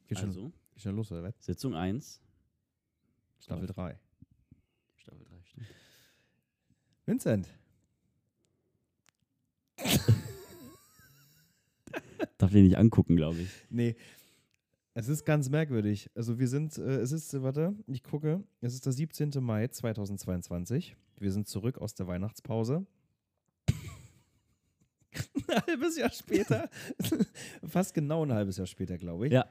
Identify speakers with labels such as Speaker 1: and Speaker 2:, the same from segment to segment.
Speaker 1: Geht schon los, oder was?
Speaker 2: Sitzung 1.
Speaker 1: Staffel 3.
Speaker 2: Staffel 3, stimmt.
Speaker 1: Vincent.
Speaker 2: Darf ich nicht angucken, glaube ich.
Speaker 1: Nee, es ist ganz merkwürdig. Also wir sind, ich gucke, es ist der 17. Mai 2022. Wir sind zurück aus der Weihnachtspause. Ein halbes Jahr später. Fast genau ein halbes Jahr später, glaube ich.
Speaker 2: Ja.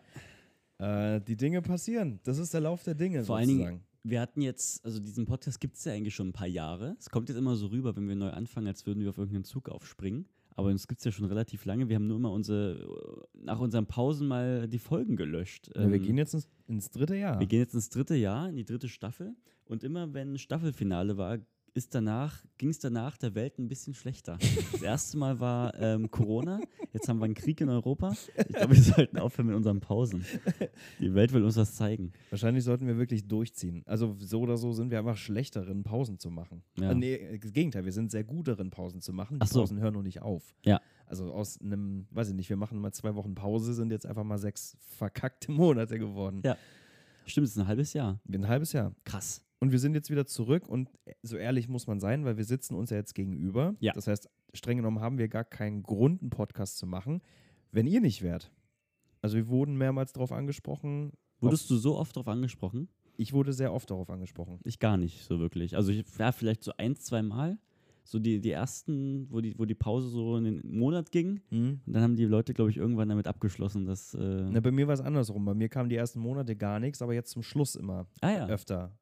Speaker 1: Die Dinge passieren. Das ist der Lauf der Dinge,
Speaker 2: Vor allen
Speaker 1: sozusagen.
Speaker 2: Dingen, wir hatten jetzt, also diesen Podcast gibt es ja eigentlich schon ein paar Jahre. Es kommt jetzt immer so rüber, wenn wir neu anfangen, als würden wir auf irgendeinen Zug aufspringen. Aber uns gibt es ja schon relativ lange. Wir haben nur immer nach unseren Pausen mal die Folgen gelöscht.
Speaker 1: Ja, wir gehen jetzt ins dritte Jahr.
Speaker 2: Wir gehen jetzt ins dritte Jahr, in die dritte Staffel. Und immer wenn Staffelfinale war, ging es danach der Welt ein bisschen schlechter. Das erste Mal war Corona, jetzt haben wir einen Krieg in Europa. Ich glaube, wir sollten aufhören mit unseren Pausen. Die Welt will uns was zeigen.
Speaker 1: Wahrscheinlich sollten wir wirklich durchziehen. Also so oder so sind wir einfach schlechteren, Pausen zu machen.
Speaker 2: Ja.
Speaker 1: Nee, das Gegenteil, wir sind sehr guteren, Pausen zu machen. Die
Speaker 2: Ach so.
Speaker 1: Pausen hören noch nicht auf.
Speaker 2: Ja.
Speaker 1: Also aus einem, weiß ich nicht, wir machen mal 2 Wochen Pause, sind jetzt einfach mal 6 verkackte Monate geworden.
Speaker 2: Ja. Stimmt, es ist ein halbes Jahr.
Speaker 1: Ein halbes Jahr.
Speaker 2: Krass.
Speaker 1: Und wir sind jetzt wieder zurück und so ehrlich muss man sein, weil wir sitzen uns ja jetzt gegenüber.
Speaker 2: Ja.
Speaker 1: Das heißt, streng genommen haben wir gar keinen Grund, einen Podcast zu machen, wenn ihr nicht wärt. Also wir wurden mehrmals darauf angesprochen.
Speaker 2: Wurdest du so oft darauf angesprochen?
Speaker 1: Ich wurde sehr oft darauf angesprochen.
Speaker 2: Ich gar nicht so wirklich. Also ich war vielleicht so 1-2 Mal. So die ersten, wo die Pause so in den Monat ging. Und dann haben die Leute, glaube ich, irgendwann damit abgeschlossen, dass...
Speaker 1: Na, bei mir war es andersrum. Bei mir kamen die ersten Monate gar nichts, aber jetzt zum Schluss immer öfter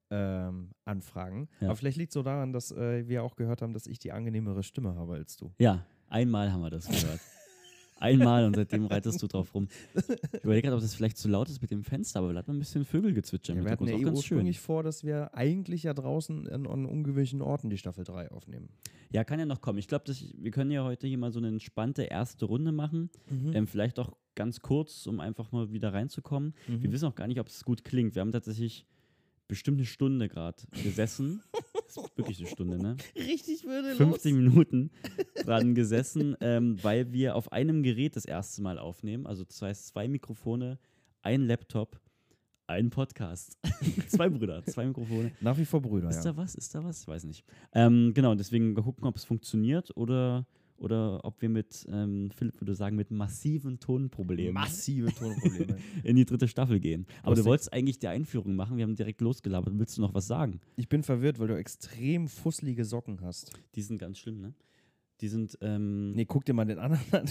Speaker 1: Anfragen.
Speaker 2: Ja.
Speaker 1: Aber vielleicht liegt es so daran, dass wir auch gehört haben, dass ich die angenehmere Stimme habe als du.
Speaker 2: Ja, einmal haben wir das gehört. Einmal und seitdem reitest du drauf rum. Ich überlege gerade, ob das vielleicht zu laut ist mit dem Fenster, aber da hat man ein bisschen Vögelgezwitscher.
Speaker 1: Ja, wir hatten ja
Speaker 2: auch ganz
Speaker 1: ursprünglich
Speaker 2: schön.
Speaker 1: vor, dass wir eigentlich ja draußen an ungewöhnlichen Orten die Staffel 3 aufnehmen.
Speaker 2: Ja, kann ja noch kommen. Ich glaube, wir können ja heute hier mal so eine entspannte erste Runde machen. Vielleicht auch ganz kurz, um einfach mal wieder reinzukommen. Wir wissen auch gar nicht, ob es gut klingt. Wir haben tatsächlich bestimmt eine Stunde gerade gesessen. Das ist wirklich eine Stunde, ne?
Speaker 1: Richtig würdelos.
Speaker 2: 50 Minuten dran gesessen, weil wir auf einem Gerät das erste Mal aufnehmen. Also das heißt 2 Mikrofone, ein Laptop, ein Podcast. 2 Brüder, 2 Mikrofone.
Speaker 1: Nach wie vor Brüder,
Speaker 2: Ist
Speaker 1: ja.
Speaker 2: da was? Ich weiß nicht. Genau, deswegen gucken, ob es funktioniert oder ob wir mit, Philipp würde sagen, mit massiven Tonproblemen
Speaker 1: Massive Tonprobleme.
Speaker 2: in die dritte Staffel gehen. Aber
Speaker 1: Lustig.
Speaker 2: du wolltest eigentlich die Einführung machen, wir haben direkt losgelabert. Willst du noch was sagen?
Speaker 1: Ich bin verwirrt, weil du extrem fusselige Socken hast.
Speaker 2: Die sind ganz schlimm, ne? Die sind,
Speaker 1: Nee, guck dir mal den anderen an.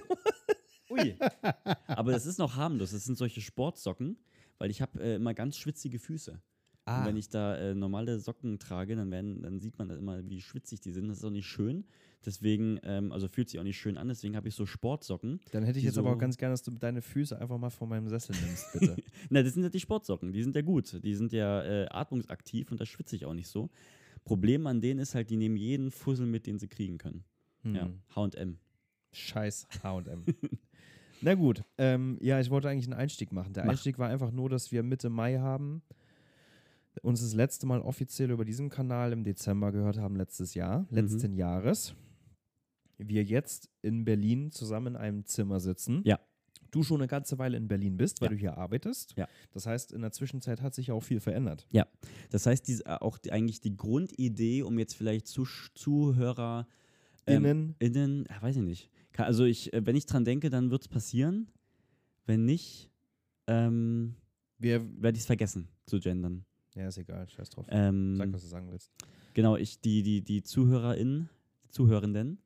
Speaker 2: ui. Aber das ist noch harmlos. Das sind solche Sportsocken, weil ich habe immer ganz schwitzige Füße. Und wenn ich da normale Socken trage, dann sieht man immer, wie schwitzig die sind. Das ist auch nicht schön. Deswegen, also fühlt sich auch nicht schön an. Deswegen habe ich so Sportsocken.
Speaker 1: Dann hätte ich
Speaker 2: die
Speaker 1: jetzt aber auch ganz gerne, dass du deine Füße einfach mal von meinem Sessel nimmst, bitte.
Speaker 2: Na, das sind ja die Sportsocken. Die sind ja gut. Die sind ja atmungsaktiv und da schwitze ich auch nicht so. Problem an denen ist halt, die nehmen jeden Fussel mit, den sie kriegen können. Ja, H&M.
Speaker 1: Scheiß H&M. Na gut, ja, ich wollte eigentlich einen Einstieg machen. Der Einstieg war einfach nur, dass wir Mitte Mai haben, uns das letzte Mal offiziell über diesen Kanal im Dezember gehört haben, letzten Jahres. Wir jetzt in Berlin zusammen in einem Zimmer sitzen.
Speaker 2: Ja.
Speaker 1: Du schon eine ganze Weile in Berlin bist, weil
Speaker 2: Ja.
Speaker 1: du hier arbeitest.
Speaker 2: Ja.
Speaker 1: Das heißt, in der Zwischenzeit hat sich ja auch viel verändert.
Speaker 2: Ja, das heißt, eigentlich die Grundidee, um jetzt vielleicht Zuhörer
Speaker 1: Innen,
Speaker 2: weiß ich nicht. Also wenn ich dran denke, dann wird es passieren. Wenn nicht, werde ich es vergessen zu gendern.
Speaker 1: Ja, ist egal, scheiß drauf. Sag, was du sagen willst.
Speaker 2: Genau, die Zuhörerinnen, Zuhörenden,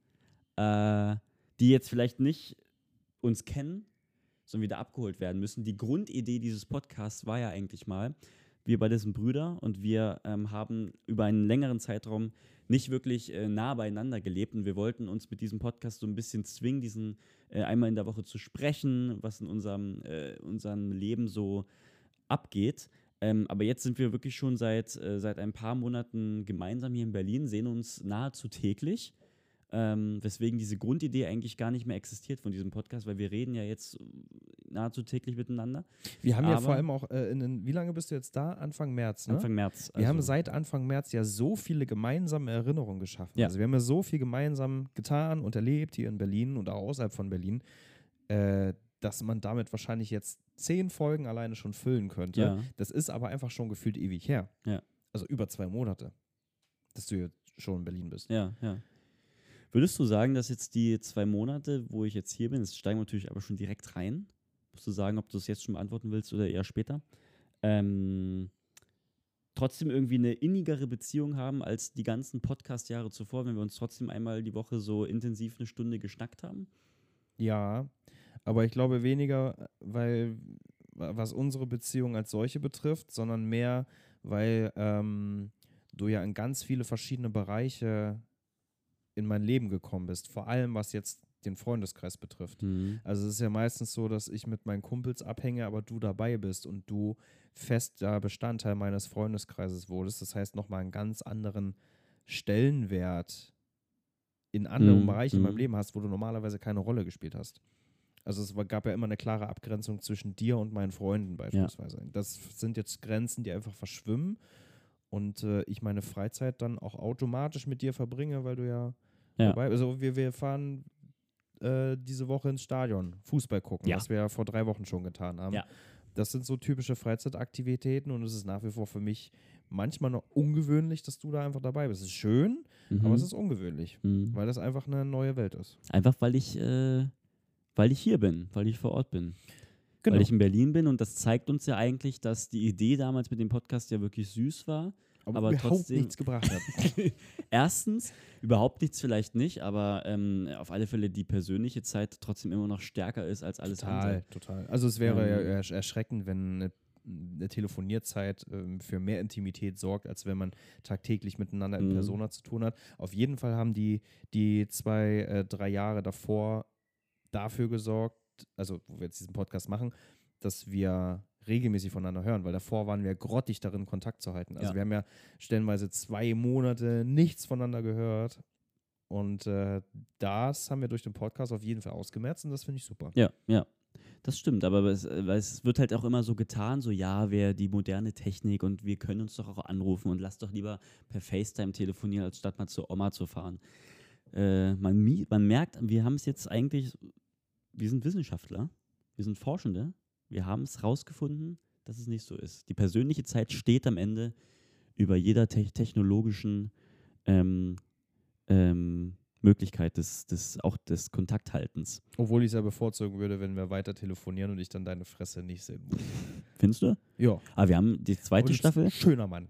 Speaker 2: die jetzt vielleicht nicht uns kennen, sondern wieder abgeholt werden müssen. Die Grundidee dieses Podcasts war ja eigentlich mal, wir beide sind Brüder und wir haben über einen längeren Zeitraum nicht wirklich nah beieinander gelebt und wir wollten uns mit diesem Podcast so ein bisschen zwingen, einmal in der Woche zu sprechen, was in unserem Leben so abgeht. Aber jetzt sind wir wirklich schon seit ein paar Monaten gemeinsam hier in Berlin, sehen uns nahezu täglich, weswegen diese Grundidee eigentlich gar nicht mehr existiert von diesem Podcast, weil wir reden ja jetzt nahezu täglich miteinander.
Speaker 1: Wir haben ja vor allem auch, wie lange bist du jetzt da? Anfang März, ne?
Speaker 2: Anfang März.
Speaker 1: Wir haben seit Anfang März ja so viele gemeinsame Erinnerungen geschaffen.
Speaker 2: Ja.
Speaker 1: Also wir haben ja so viel gemeinsam getan und erlebt hier in Berlin und auch außerhalb von Berlin. dass man damit wahrscheinlich jetzt 10 Folgen alleine schon füllen könnte.
Speaker 2: Ja.
Speaker 1: Das ist aber einfach schon gefühlt ewig her.
Speaker 2: Ja.
Speaker 1: Also über 2 Monate, dass du jetzt schon in Berlin bist.
Speaker 2: Ja. Würdest du sagen, dass jetzt die 2 Monate, wo ich jetzt hier bin, jetzt steigen wir natürlich aber schon direkt rein, musst du sagen, ob du es jetzt schon beantworten willst oder eher später, trotzdem irgendwie eine innigere Beziehung haben als die ganzen Podcast-Jahre zuvor, wenn wir uns trotzdem einmal die Woche so intensiv eine Stunde geschnackt haben?
Speaker 1: Ja, aber ich glaube weniger, weil was unsere Beziehung als solche betrifft, sondern mehr, weil du ja in ganz viele verschiedene Bereiche in mein Leben gekommen bist. Vor allem, was jetzt den Freundeskreis betrifft. Also es ist ja meistens so, dass ich mit meinen Kumpels abhänge, aber du dabei bist und du fester Bestandteil meines Freundeskreises wurdest. Das heißt, nochmal einen ganz anderen Stellenwert in anderen Bereichen in meinem Leben hast, wo du normalerweise keine Rolle gespielt hast. Also es gab ja immer eine klare Abgrenzung zwischen dir und meinen Freunden beispielsweise. Ja. Das sind jetzt Grenzen, die einfach verschwimmen und ich meine Freizeit dann auch automatisch mit dir verbringe, weil du ja dabei bist. Also wir fahren diese Woche ins Stadion Fußball gucken, was wir ja vor 3 Wochen schon getan haben. Ja. Das sind so typische Freizeitaktivitäten und es ist nach wie vor für mich manchmal noch ungewöhnlich, dass du da einfach dabei bist. Es ist schön, aber es ist ungewöhnlich, weil das einfach eine neue Welt ist.
Speaker 2: Einfach, weil ich hier bin, weil ich vor Ort bin. Genau. Weil ich in Berlin bin und das zeigt uns ja eigentlich, dass die Idee damals mit dem Podcast ja wirklich süß war. Aber
Speaker 1: überhaupt
Speaker 2: trotzdem
Speaker 1: nichts gebracht hat.
Speaker 2: Erstens, überhaupt nichts vielleicht nicht, aber auf alle Fälle die persönliche Zeit trotzdem immer noch stärker ist als alles andere.
Speaker 1: Total. Also es wäre ja erschreckend, wenn eine Telefonierzeit für mehr Intimität sorgt, als wenn man tagtäglich miteinander in Persona zu tun hat. Auf jeden Fall haben die 2, 3 Jahre davor dafür gesorgt, also wo wir jetzt diesen Podcast machen, dass wir regelmäßig voneinander hören, weil davor waren wir grottig darin, Kontakt zu halten. Also wir haben ja stellenweise 2 Monate nichts voneinander gehört und das haben wir durch den Podcast auf jeden Fall ausgemerzt und das finde ich super.
Speaker 2: Ja, das stimmt, aber es wird halt auch immer so getan, so die moderne Technik und wir können uns doch auch anrufen und lass doch lieber per FaceTime telefonieren, als statt mal zur Oma zu fahren. Man merkt, wir haben es jetzt eigentlich, wir sind Wissenschaftler, wir sind Forschende, wir haben es rausgefunden, dass es nicht so ist. Die persönliche Zeit steht am Ende über jeder technologischen Möglichkeit des Kontakthaltens.
Speaker 1: Obwohl ich es ja bevorzugen würde, wenn wir weiter telefonieren und ich dann deine Fresse nicht sehen muss.
Speaker 2: Findest du?
Speaker 1: Ja.
Speaker 2: Aber wir haben die zweite Staffel.
Speaker 1: Schöner Mann.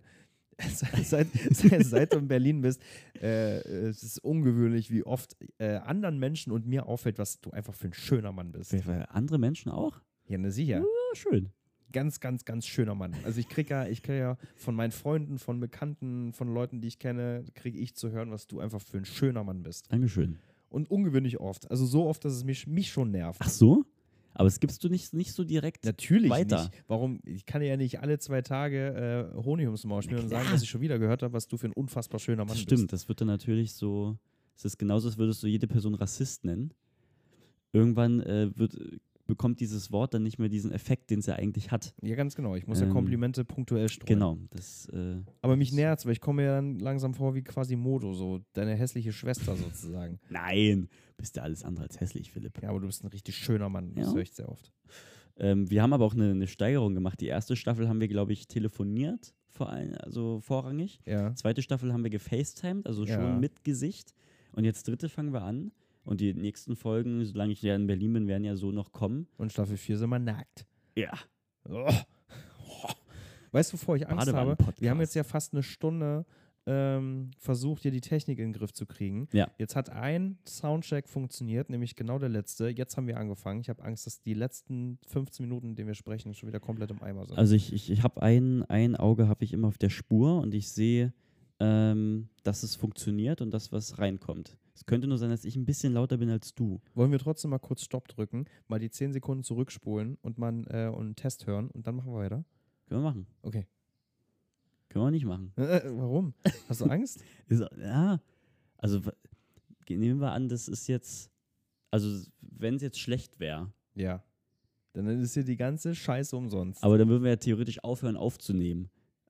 Speaker 1: Seit du in Berlin bist, es ist ungewöhnlich, wie oft anderen Menschen und mir auffällt, was du einfach für ein schöner Mann bist.
Speaker 2: Andere Menschen auch?
Speaker 1: Ja, ne, sicher.
Speaker 2: Schön.
Speaker 1: Ganz, ganz, ganz schöner Mann. Also ich krieg ja von meinen Freunden, von Bekannten, von Leuten, die ich kenne, kriege ich zu hören, was du einfach für ein schöner Mann bist.
Speaker 2: Dankeschön.
Speaker 1: Und ungewöhnlich oft. Also so oft, dass es mich schon nervt.
Speaker 2: Ach so? Aber es gibst du nicht so direkt
Speaker 1: Natürlich
Speaker 2: weiter.
Speaker 1: Nicht. Warum? Ich kann ja nicht alle 2 Tage Honig ums Maul schmieren und sagen, dass ich schon wieder gehört habe, was du für ein unfassbar schöner Mann bist.
Speaker 2: Stimmt, das wird dann natürlich so, es ist genauso, als würdest du jede Person Rassist nennen. Irgendwann bekommt dieses Wort dann nicht mehr diesen Effekt, den es ja eigentlich hat.
Speaker 1: Ja, ganz genau. Ich muss ja Komplimente punktuell streuen.
Speaker 2: Genau.
Speaker 1: Aber mich nervt's, weil ich komme mir dann langsam vor wie quasi Modo, so deine hässliche Schwester sozusagen.
Speaker 2: Nein, bist ja alles andere als hässlich, Philipp.
Speaker 1: Ja, aber du bist ein richtig schöner Mann. Das höre ich sehr oft.
Speaker 2: Wir haben aber auch eine Steigerung gemacht. Die erste Staffel haben wir, glaube ich, telefoniert, vorrangig.
Speaker 1: Ja.
Speaker 2: Zweite Staffel haben wir gefacetimed, also schon mit Gesicht. Und jetzt dritte fangen wir an. Und die nächsten Folgen, solange ich ja in Berlin bin, werden ja so noch kommen.
Speaker 1: Und Staffel 4 sind wir nackt.
Speaker 2: Ja.
Speaker 1: Oh. Weißt du, wovor ich Angst habe? Wir haben jetzt ja fast eine Stunde versucht, hier die Technik in den Griff zu kriegen.
Speaker 2: Ja.
Speaker 1: Jetzt hat ein Soundcheck funktioniert, nämlich genau der letzte. Jetzt haben wir angefangen. Ich habe Angst, dass die letzten 15 Minuten, in denen wir sprechen, schon wieder komplett im Eimer sind.
Speaker 2: Also ich habe ein Auge habe ich immer auf der Spur und ich sehe, dass es funktioniert und dass was reinkommt. Es könnte nur sein, dass ich ein bisschen lauter bin als du.
Speaker 1: Wollen wir trotzdem mal kurz Stopp drücken, mal die 10 Sekunden zurückspulen und mal einen Test hören und dann machen wir weiter?
Speaker 2: Können wir machen.
Speaker 1: Okay.
Speaker 2: Können wir nicht machen.
Speaker 1: Warum? Hast du Angst?
Speaker 2: Ja. Also nehmen wir an, das ist jetzt, also wenn es jetzt schlecht wäre.
Speaker 1: Ja. Dann ist hier die ganze Scheiße umsonst.
Speaker 2: Aber dann würden wir ja theoretisch aufhören aufzunehmen.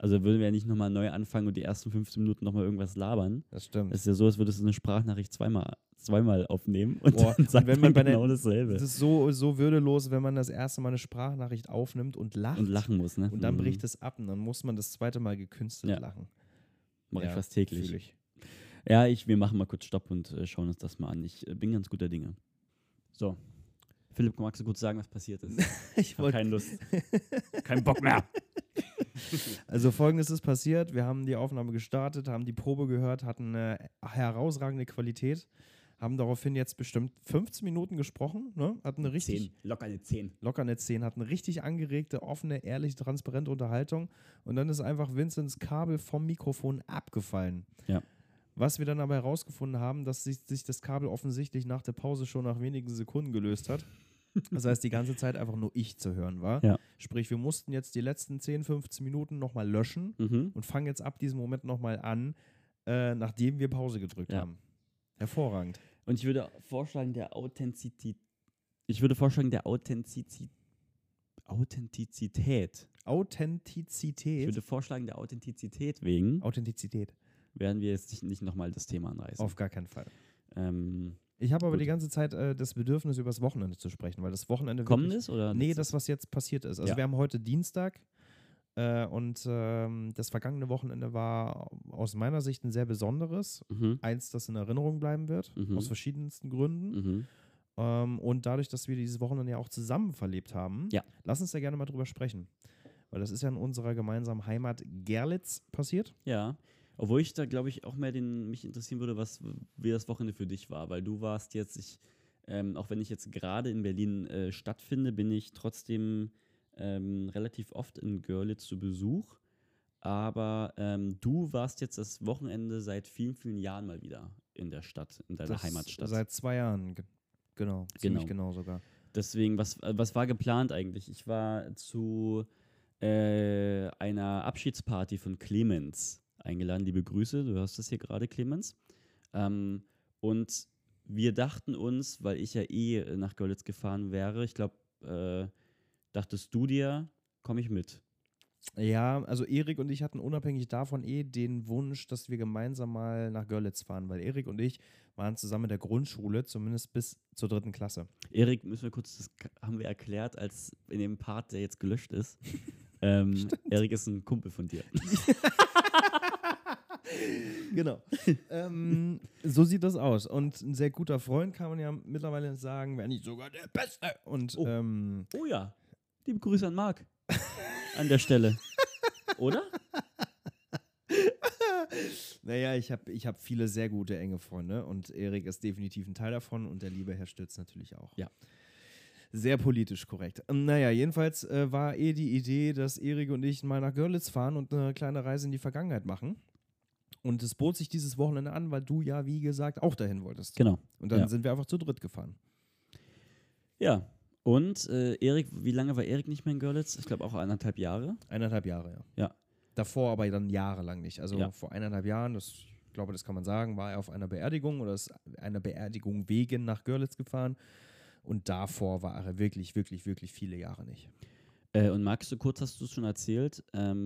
Speaker 2: Also würden wir ja nicht nochmal neu anfangen und die ersten 15 Minuten nochmal irgendwas labern.
Speaker 1: Das stimmt.
Speaker 2: Es ist ja so, als würdest du eine Sprachnachricht zweimal aufnehmen und
Speaker 1: Boah,
Speaker 2: dann sagt
Speaker 1: wenn
Speaker 2: man
Speaker 1: man
Speaker 2: genau dasselbe.
Speaker 1: Das ist so würdelos, wenn man das erste Mal eine Sprachnachricht aufnimmt und lacht.
Speaker 2: Und lachen muss, ne?
Speaker 1: Und dann bricht es ab und dann muss man das zweite Mal gekünstelt lachen.
Speaker 2: Mache ich
Speaker 1: Ja,
Speaker 2: fast täglich.
Speaker 1: fühl ich.
Speaker 2: Ja, wir machen mal kurz Stopp und schauen uns das mal an. Ich bin ganz guter Dinge. So. Philipp, magst du kurz sagen, was passiert ist?
Speaker 1: Ich
Speaker 2: habe keine Lust. Kein Bock mehr.
Speaker 1: Also Folgendes ist passiert. Wir haben die Aufnahme gestartet, haben die Probe gehört, hatten eine herausragende Qualität, haben daraufhin jetzt bestimmt 15 Minuten gesprochen, ne? Hatten eine richtig...
Speaker 2: 10, locker eine 10.
Speaker 1: Locker eine 10, hatten eine richtig angeregte, offene, ehrliche, transparente Unterhaltung und dann ist einfach Vincents Kabel vom Mikrofon abgefallen.
Speaker 2: Ja.
Speaker 1: Was wir dann aber herausgefunden haben, dass sich das Kabel offensichtlich nach der Pause schon nach wenigen Sekunden gelöst hat. Das heißt, die ganze Zeit einfach nur ich zu hören war.
Speaker 2: Ja.
Speaker 1: Sprich, wir mussten jetzt die letzten 10, 15 Minuten nochmal löschen und fangen jetzt ab diesem Moment nochmal an, nachdem wir Pause gedrückt haben. Hervorragend.
Speaker 2: Und ich würde vorschlagen, der Authentizität wegen werden wir jetzt nicht nochmal das Thema anreißen.
Speaker 1: Auf gar keinen Fall. Ich habe aber die ganze Zeit das Bedürfnis, über das Wochenende zu sprechen, weil das Wochenende
Speaker 2: Kommendes oder?
Speaker 1: Nee, das, was jetzt passiert ist. Also wir haben heute Dienstag und das vergangene Wochenende war aus meiner Sicht ein sehr besonderes. Eins, das in Erinnerung bleiben wird, aus verschiedensten Gründen. Und dadurch, dass wir dieses Wochenende ja auch zusammen verlebt haben, lass uns da gerne mal drüber sprechen. Weil das ist ja in unserer gemeinsamen Heimat Gerlitz passiert.
Speaker 2: Ja. Obwohl ich da, glaube ich, auch mehr mich interessieren würde, wie das Wochenende für dich war. Weil du warst jetzt, auch wenn ich jetzt gerade in Berlin stattfinde, bin ich trotzdem relativ oft in Görlitz zu Besuch. Aber du warst jetzt das Wochenende seit vielen, vielen Jahren mal wieder in der Stadt, in deiner Heimatstadt.
Speaker 1: Seit 2 Jahren, genau. Ziemlich genau sogar.
Speaker 2: Deswegen, was war geplant eigentlich? Ich war zu einer Abschiedsparty von Clemens eingeladen, liebe Grüße, du hörst das hier gerade, Clemens. Und wir dachten uns, weil ich ja nach Görlitz gefahren wäre, ich glaube, dachtest du dir, komme ich mit?
Speaker 1: Ja, also Erik und ich hatten unabhängig davon den Wunsch, dass wir gemeinsam mal nach Görlitz fahren, weil Erik und ich waren zusammen in der Grundschule, zumindest bis zur 3. Klasse.
Speaker 2: Erik, müssen wir kurz, das haben wir erklärt, als in dem Part, der jetzt gelöscht ist. Erik ist ein Kumpel von dir.
Speaker 1: Genau. So sieht das aus. Und ein sehr guter Freund, kann man ja mittlerweile sagen, wenn nicht sogar der Beste. Und,
Speaker 2: oh ja, liebe Grüße an Marc an der Stelle. Oder?
Speaker 1: Naja, ich hab viele sehr gute, enge Freunde und Erik ist definitiv ein Teil davon und der liebe Herr Stütz natürlich auch.
Speaker 2: Ja.
Speaker 1: Sehr politisch korrekt. Naja, jedenfalls war die Idee, dass Erik und ich mal nach Görlitz fahren und eine kleine Reise in die Vergangenheit machen. Und es bot sich dieses Wochenende an, weil du ja, wie gesagt, auch dahin wolltest.
Speaker 2: Genau.
Speaker 1: Und dann sind wir einfach zu dritt gefahren.
Speaker 2: Ja. Und Erik, wie lange war Erik nicht mehr in Görlitz? Ich glaube auch 1,5 Jahre.
Speaker 1: 1,5 Jahre, ja.
Speaker 2: Ja.
Speaker 1: Davor aber dann jahrelang nicht. Also vor 1,5 Jahren, ich glaube, das kann man sagen, war er auf einer Beerdigung oder ist einer Beerdigung wegen nach Görlitz gefahren. Und davor war er wirklich, wirklich, wirklich viele Jahre nicht.
Speaker 2: Und magst du kurz, hast du es schon erzählt,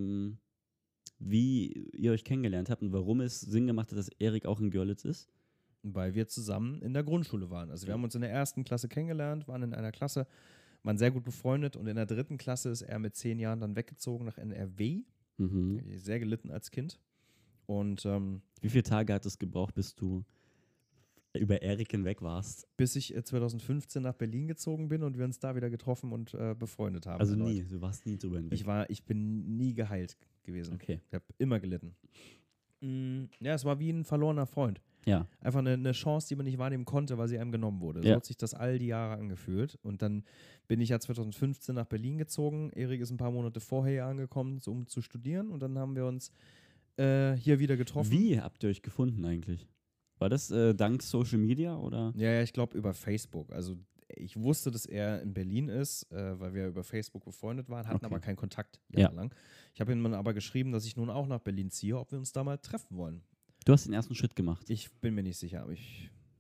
Speaker 2: wie ihr euch kennengelernt habt und warum es Sinn gemacht hat, dass Erik auch in Görlitz ist?
Speaker 1: Weil wir zusammen in der Grundschule waren. Also wir haben uns in der 1. Klasse kennengelernt, waren in einer Klasse, waren sehr gut befreundet und in der 3. Klasse ist er mit 10 Jahren dann weggezogen nach NRW. Sehr gelitten als Kind. Und
Speaker 2: wie viele Tage hat es gebraucht, bis du über Erik hinweg warst?
Speaker 1: Bis ich 2015 nach Berlin gezogen bin und wir uns da wieder getroffen und befreundet haben.
Speaker 2: Also nie, du warst nie drüber hinweg.
Speaker 1: Ich bin nie geheilt gewesen.
Speaker 2: Okay.
Speaker 1: Ich habe immer gelitten. Ja, es war wie ein verlorener Freund.
Speaker 2: Ja.
Speaker 1: Einfach eine Chance, die man nicht wahrnehmen konnte, weil sie einem genommen wurde. So hat sich das all die Jahre angefühlt. Und dann bin ich ja 2015 nach Berlin gezogen. Erik ist ein paar Monate vorher angekommen, um zu studieren. Und dann haben wir uns hier wieder getroffen.
Speaker 2: Wie habt ihr euch gefunden eigentlich? War das dank Social Media oder?
Speaker 1: Ja, ich glaube über Facebook. Also ich wusste, dass er in Berlin ist, weil wir über Facebook befreundet waren, hatten aber keinen Kontakt jahrelang. Ja. Ich habe ihm dann aber geschrieben, dass ich nun auch nach Berlin ziehe, ob wir uns da mal treffen wollen.
Speaker 2: Du hast den ersten Schritt gemacht.
Speaker 1: Ich bin mir nicht sicher, aber ich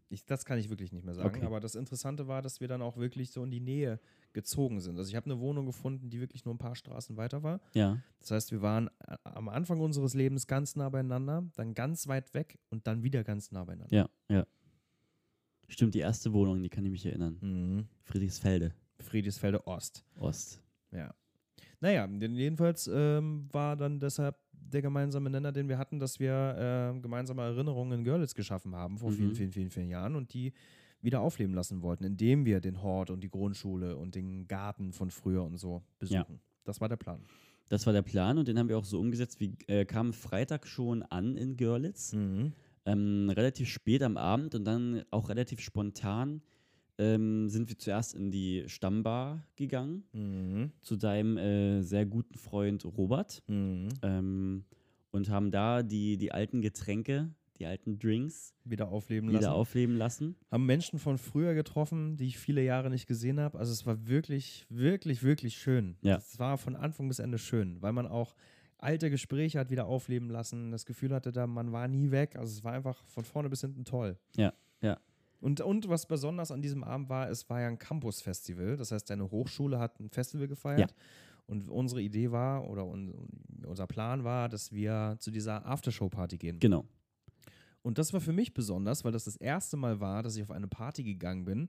Speaker 1: Das kann ich wirklich nicht mehr sagen.
Speaker 2: Okay.
Speaker 1: Aber das Interessante war, dass wir dann auch wirklich so in die Nähe gezogen sind. Also ich habe eine Wohnung gefunden, die wirklich nur ein paar Straßen weiter war.
Speaker 2: Ja.
Speaker 1: Das heißt, wir waren am Anfang unseres Lebens ganz nah beieinander, dann ganz weit weg und dann wieder ganz nah beieinander.
Speaker 2: Ja, ja. Stimmt, die erste Wohnung, die kann ich mich erinnern.
Speaker 1: Mhm.
Speaker 2: Friedrichsfelde
Speaker 1: Friedrichsfelde Ost.
Speaker 2: Ost.
Speaker 1: Ja. Naja, jedenfalls war dann deshalb der gemeinsame Nenner, den wir hatten, dass wir gemeinsame Erinnerungen in Görlitz geschaffen haben vor vielen, vielen, vielen, vielen Jahren und die wieder aufleben lassen wollten, indem wir den Hort und die Grundschule und den Garten von früher und so besuchen. Das war der Plan.
Speaker 2: Das war der Plan und den haben wir auch so umgesetzt. Wir kamen Freitag schon an in Görlitz, relativ spät am Abend und dann auch relativ spontan sind wir zuerst in die Stammbar gegangen, zu deinem sehr guten Freund Robert und haben da die alten Getränke, die alten Drinks
Speaker 1: Wieder aufleben
Speaker 2: lassen.
Speaker 1: Haben Menschen von früher getroffen, die ich viele Jahre nicht gesehen habe. Also es war wirklich, wirklich, wirklich schön.
Speaker 2: Ja.
Speaker 1: Es war von Anfang bis Ende schön, weil man auch alte Gespräche hat wieder aufleben lassen, das Gefühl hatte, man war nie weg. Also es war einfach von vorne bis hinten toll.
Speaker 2: Ja, ja.
Speaker 1: Und was besonders an diesem Abend war, es war ja ein Campus-Festival. Das heißt, deine Hochschule hat ein Festival gefeiert.
Speaker 2: Ja.
Speaker 1: Und unsere Idee war, oder unser Plan war, dass wir zu dieser Aftershow-Party gehen.
Speaker 2: Genau.
Speaker 1: Und das war für mich besonders, weil das erste Mal war, dass ich auf eine Party gegangen bin,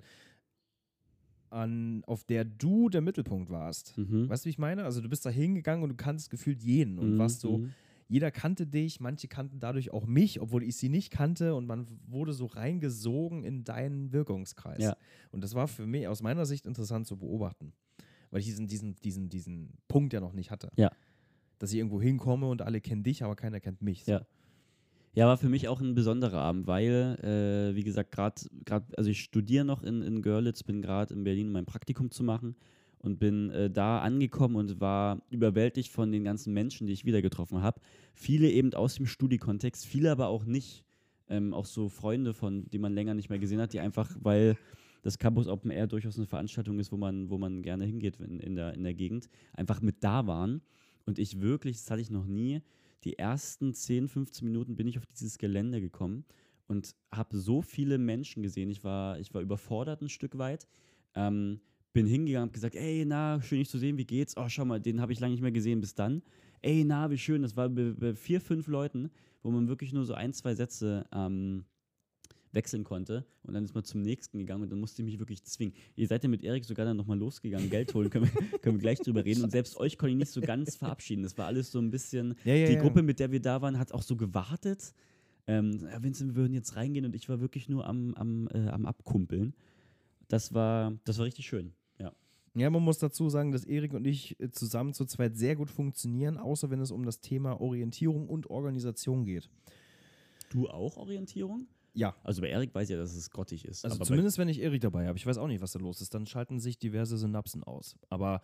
Speaker 1: auf der du der Mittelpunkt warst. Weißt du, wie ich meine? Also du bist da hingegangen und du kanntest gefühlt jeden und warst so, jeder kannte dich, manche kannten dadurch auch mich, obwohl ich sie nicht kannte und man wurde so reingesogen in deinen Wirkungskreis.
Speaker 2: Ja.
Speaker 1: Und das war für mich aus meiner Sicht interessant zu beobachten, weil ich diesen Punkt ja noch nicht hatte.
Speaker 2: Ja.
Speaker 1: Dass ich irgendwo hinkomme und alle kennen dich, aber keiner kennt mich. So.
Speaker 2: Ja. Ja, war für mich auch ein besonderer Abend, weil, wie gesagt, also ich studiere noch in Görlitz, bin gerade in Berlin, um mein Praktikum zu machen und bin da angekommen und war überwältigt von den ganzen Menschen, die ich wieder getroffen habe. Viele eben aus dem Studiekontext, viele aber auch nicht. Auch so Freunde, die man länger nicht mehr gesehen hat, die einfach, weil das Campus Open Air durchaus eine Veranstaltung ist, wo man gerne hingeht in der Gegend, einfach mit da waren. Und ich wirklich, das hatte ich noch nie, die ersten 10, 15 Minuten bin ich auf dieses Gelände gekommen und habe so viele Menschen gesehen. Ich war überfordert ein Stück weit. Bin hingegangen und habe gesagt, ey, na, schön dich zu sehen, wie geht's? Oh, schau mal, den habe ich lange nicht mehr gesehen, bis dann. Ey, na, wie schön. Das war bei 4, 5 Leuten, wo man wirklich nur so 1, 2 Sätze wechseln konnte und dann ist man zum nächsten gegangen und dann musste ich mich wirklich zwingen. Ihr seid ja mit Erik sogar dann nochmal losgegangen, Geld holen, können wir gleich drüber reden und selbst euch konnte ich nicht so ganz verabschieden. Das war alles so ein bisschen, die Gruppe, mit der wir da waren, hat auch so gewartet. Vincent, wir würden jetzt reingehen und ich war wirklich nur am Abkumpeln. Das war richtig schön, ja.
Speaker 1: Ja, man muss dazu sagen, dass Erik und ich zusammen zu zweit sehr gut funktionieren, außer wenn es um das Thema Orientierung und Organisation geht.
Speaker 2: Du auch Orientierung?
Speaker 1: Ja.
Speaker 2: Also bei Erik weiß ich ja, dass es grottig ist.
Speaker 1: Also
Speaker 2: aber
Speaker 1: zumindest, wenn ich Erik dabei habe. Ich weiß auch nicht, was da los ist. Dann schalten sich diverse Synapsen aus. Aber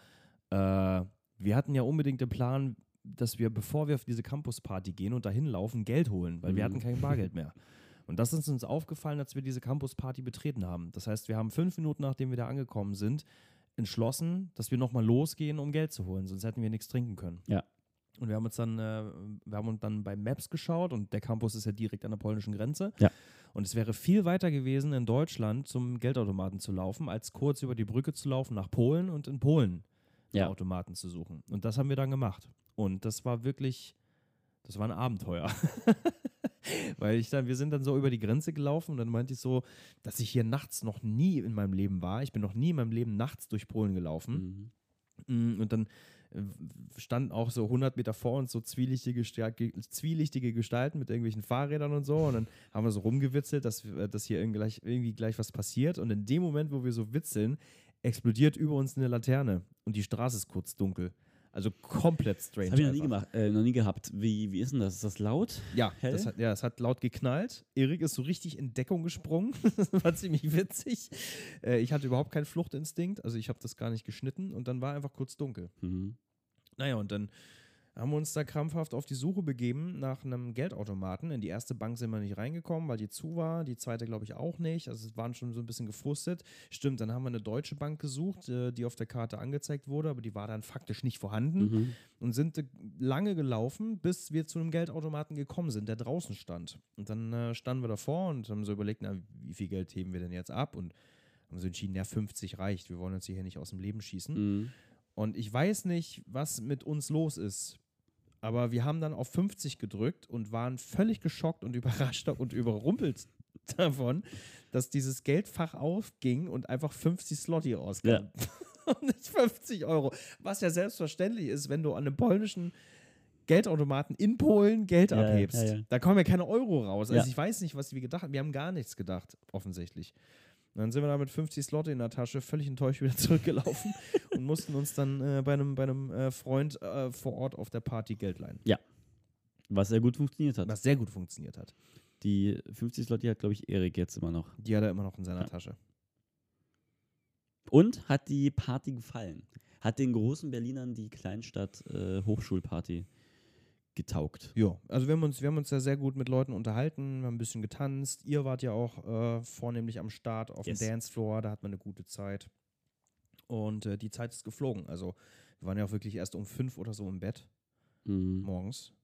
Speaker 1: wir hatten ja unbedingt den Plan, dass wir, bevor wir auf diese Campusparty gehen und dahin laufen, Geld holen, weil wir hatten kein Bargeld mehr. Und das ist uns aufgefallen, als wir diese Campusparty betreten haben. Das heißt, wir haben 5 Minuten, nachdem wir da angekommen sind, entschlossen, dass wir nochmal losgehen, um Geld zu holen. Sonst hätten wir nichts trinken können.
Speaker 2: Ja.
Speaker 1: Und wir haben uns dann bei Maps geschaut und der Campus ist ja direkt an der polnischen Grenze.
Speaker 2: Ja.
Speaker 1: Und es wäre viel weiter gewesen, in Deutschland zum Geldautomaten zu laufen, als kurz über die Brücke zu laufen nach Polen und in Polen Automaten zu suchen. Und das haben wir dann gemacht. Und das war ein Abenteuer. Weil wir sind dann so über die Grenze gelaufen und dann meinte ich so, dass ich hier nachts noch nie in meinem Leben war. Ich bin noch nie in meinem Leben nachts durch Polen gelaufen. Und dann standen auch so 100 Meter vor uns so zwielichtige Gestalten mit irgendwelchen Fahrrädern und so. Und dann haben wir so rumgewitzelt, dass hier irgendwie gleich was passiert. Und in dem Moment, wo wir so witzeln, explodiert über uns eine Laterne und die Straße ist kurz dunkel. Also komplett strange.
Speaker 2: Das habe ich noch nie gehabt. Wie ist denn das? Ist das laut?
Speaker 1: Ja,
Speaker 2: hell?
Speaker 1: Es hat laut geknallt. Erik ist so richtig in Deckung gesprungen. Das war ziemlich witzig. Ich hatte überhaupt keinen Fluchtinstinkt. Also ich habe das gar nicht geschnitten. Und dann war einfach kurz dunkel. Naja, und dann Haben wir uns da krampfhaft auf die Suche begeben nach einem Geldautomaten. In die erste Bank sind wir nicht reingekommen, weil die zu war. Die zweite, glaube ich, auch nicht. Also es waren schon so ein bisschen gefrustet. Stimmt, dann haben wir eine deutsche Bank gesucht, die auf der Karte angezeigt wurde, aber die war dann faktisch nicht vorhanden. Und sind lange gelaufen, bis wir zu einem Geldautomaten gekommen sind, der draußen stand. Und dann standen wir davor und haben so überlegt, na, wie viel Geld heben wir denn jetzt ab? Und haben so entschieden, ja, 50 reicht. Wir wollen uns hier nicht aus dem Leben schießen. Und ich weiß nicht, was mit uns los ist. Aber wir haben dann auf 50 gedrückt und waren völlig geschockt und überrascht und überrumpelt davon, dass dieses Geldfach aufging und einfach 50 Zloty rauskam.
Speaker 2: Ja.
Speaker 1: Und nicht 50 Euro. Was ja selbstverständlich ist, wenn du an einem polnischen Geldautomaten in Polen Geld abhebst.
Speaker 2: Ja.
Speaker 1: Da kommen ja keine Euro raus. Also
Speaker 2: Ja.
Speaker 1: ich weiß nicht, was wir gedacht haben. Wir haben gar nichts gedacht, offensichtlich. Und dann sind wir da mit 50 Slot in der Tasche völlig enttäuscht wieder zurückgelaufen und mussten uns dann bei einem Freund vor Ort auf der Party Geld leihen.
Speaker 2: Ja. Was sehr gut funktioniert hat.
Speaker 1: Was sehr gut funktioniert hat.
Speaker 2: Die 50 Slot, die hat, glaube ich, Erik jetzt immer noch.
Speaker 1: Die hat er immer noch in seiner Tasche.
Speaker 2: Und hat die Party gefallen? Hat den großen Berlinern die Kleinstadt Hochschulparty getaugt?
Speaker 1: Ja, also wir haben uns ja sehr gut mit Leuten unterhalten, wir haben ein bisschen getanzt. Ihr wart ja auch vornehmlich am Start auf dem Dancefloor, da hat man eine gute Zeit. Und die Zeit ist geflogen. Also wir waren ja auch wirklich erst um 5 oder so im Bett morgens.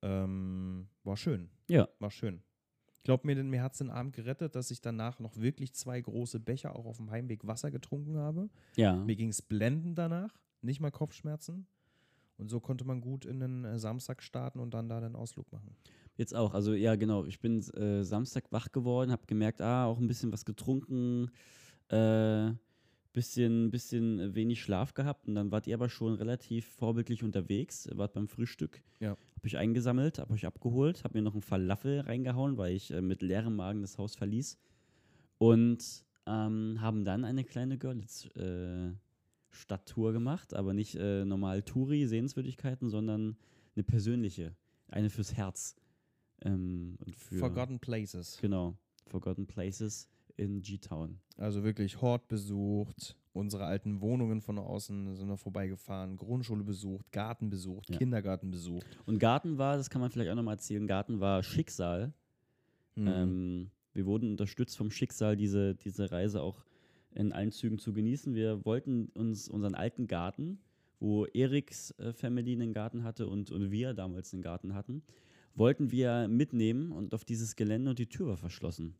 Speaker 1: War schön.
Speaker 2: Ja.
Speaker 1: War schön. Ich glaube, mir hat es den Abend gerettet, dass ich danach noch wirklich 2 große Becher auch auf dem Heimweg Wasser getrunken habe.
Speaker 2: Ja.
Speaker 1: Mir ging es blendend danach, nicht mal Kopfschmerzen. Und so konnte man gut in den Samstag starten und dann da den Ausflug machen.
Speaker 2: Jetzt auch, also ja genau, ich bin Samstag wach geworden, habe gemerkt, auch ein bisschen was getrunken, bisschen wenig Schlaf gehabt und dann wart ihr aber schon relativ vorbildlich unterwegs, wart beim Frühstück,
Speaker 1: Ja.
Speaker 2: hab euch eingesammelt, hab euch abgeholt, hab mir noch einen Falafel reingehauen, weil ich mit leerem Magen das Haus verließ und haben dann eine kleine Görlitz Stadttour gemacht, aber nicht normal Touri, Sehenswürdigkeiten, sondern eine persönliche, eine fürs Herz. Und für,
Speaker 1: Forgotten Places.
Speaker 2: Genau, Forgotten Places in G-Town.
Speaker 1: Also wirklich Hort besucht, unsere alten Wohnungen von außen sind wir vorbeigefahren, Grundschule besucht, Garten besucht,
Speaker 2: Ja.
Speaker 1: Kindergarten besucht.
Speaker 2: Und Garten war, das kann man vielleicht auch nochmal erzählen, Garten war Schicksal. Wir wurden unterstützt vom Schicksal, diese Reise auch in allen Zügen zu genießen. Wir wollten uns unseren alten Garten, wo Eriks Family einen Garten hatte und wir damals einen Garten hatten, wollten wir mitnehmen und auf dieses Gelände und die Tür war verschlossen.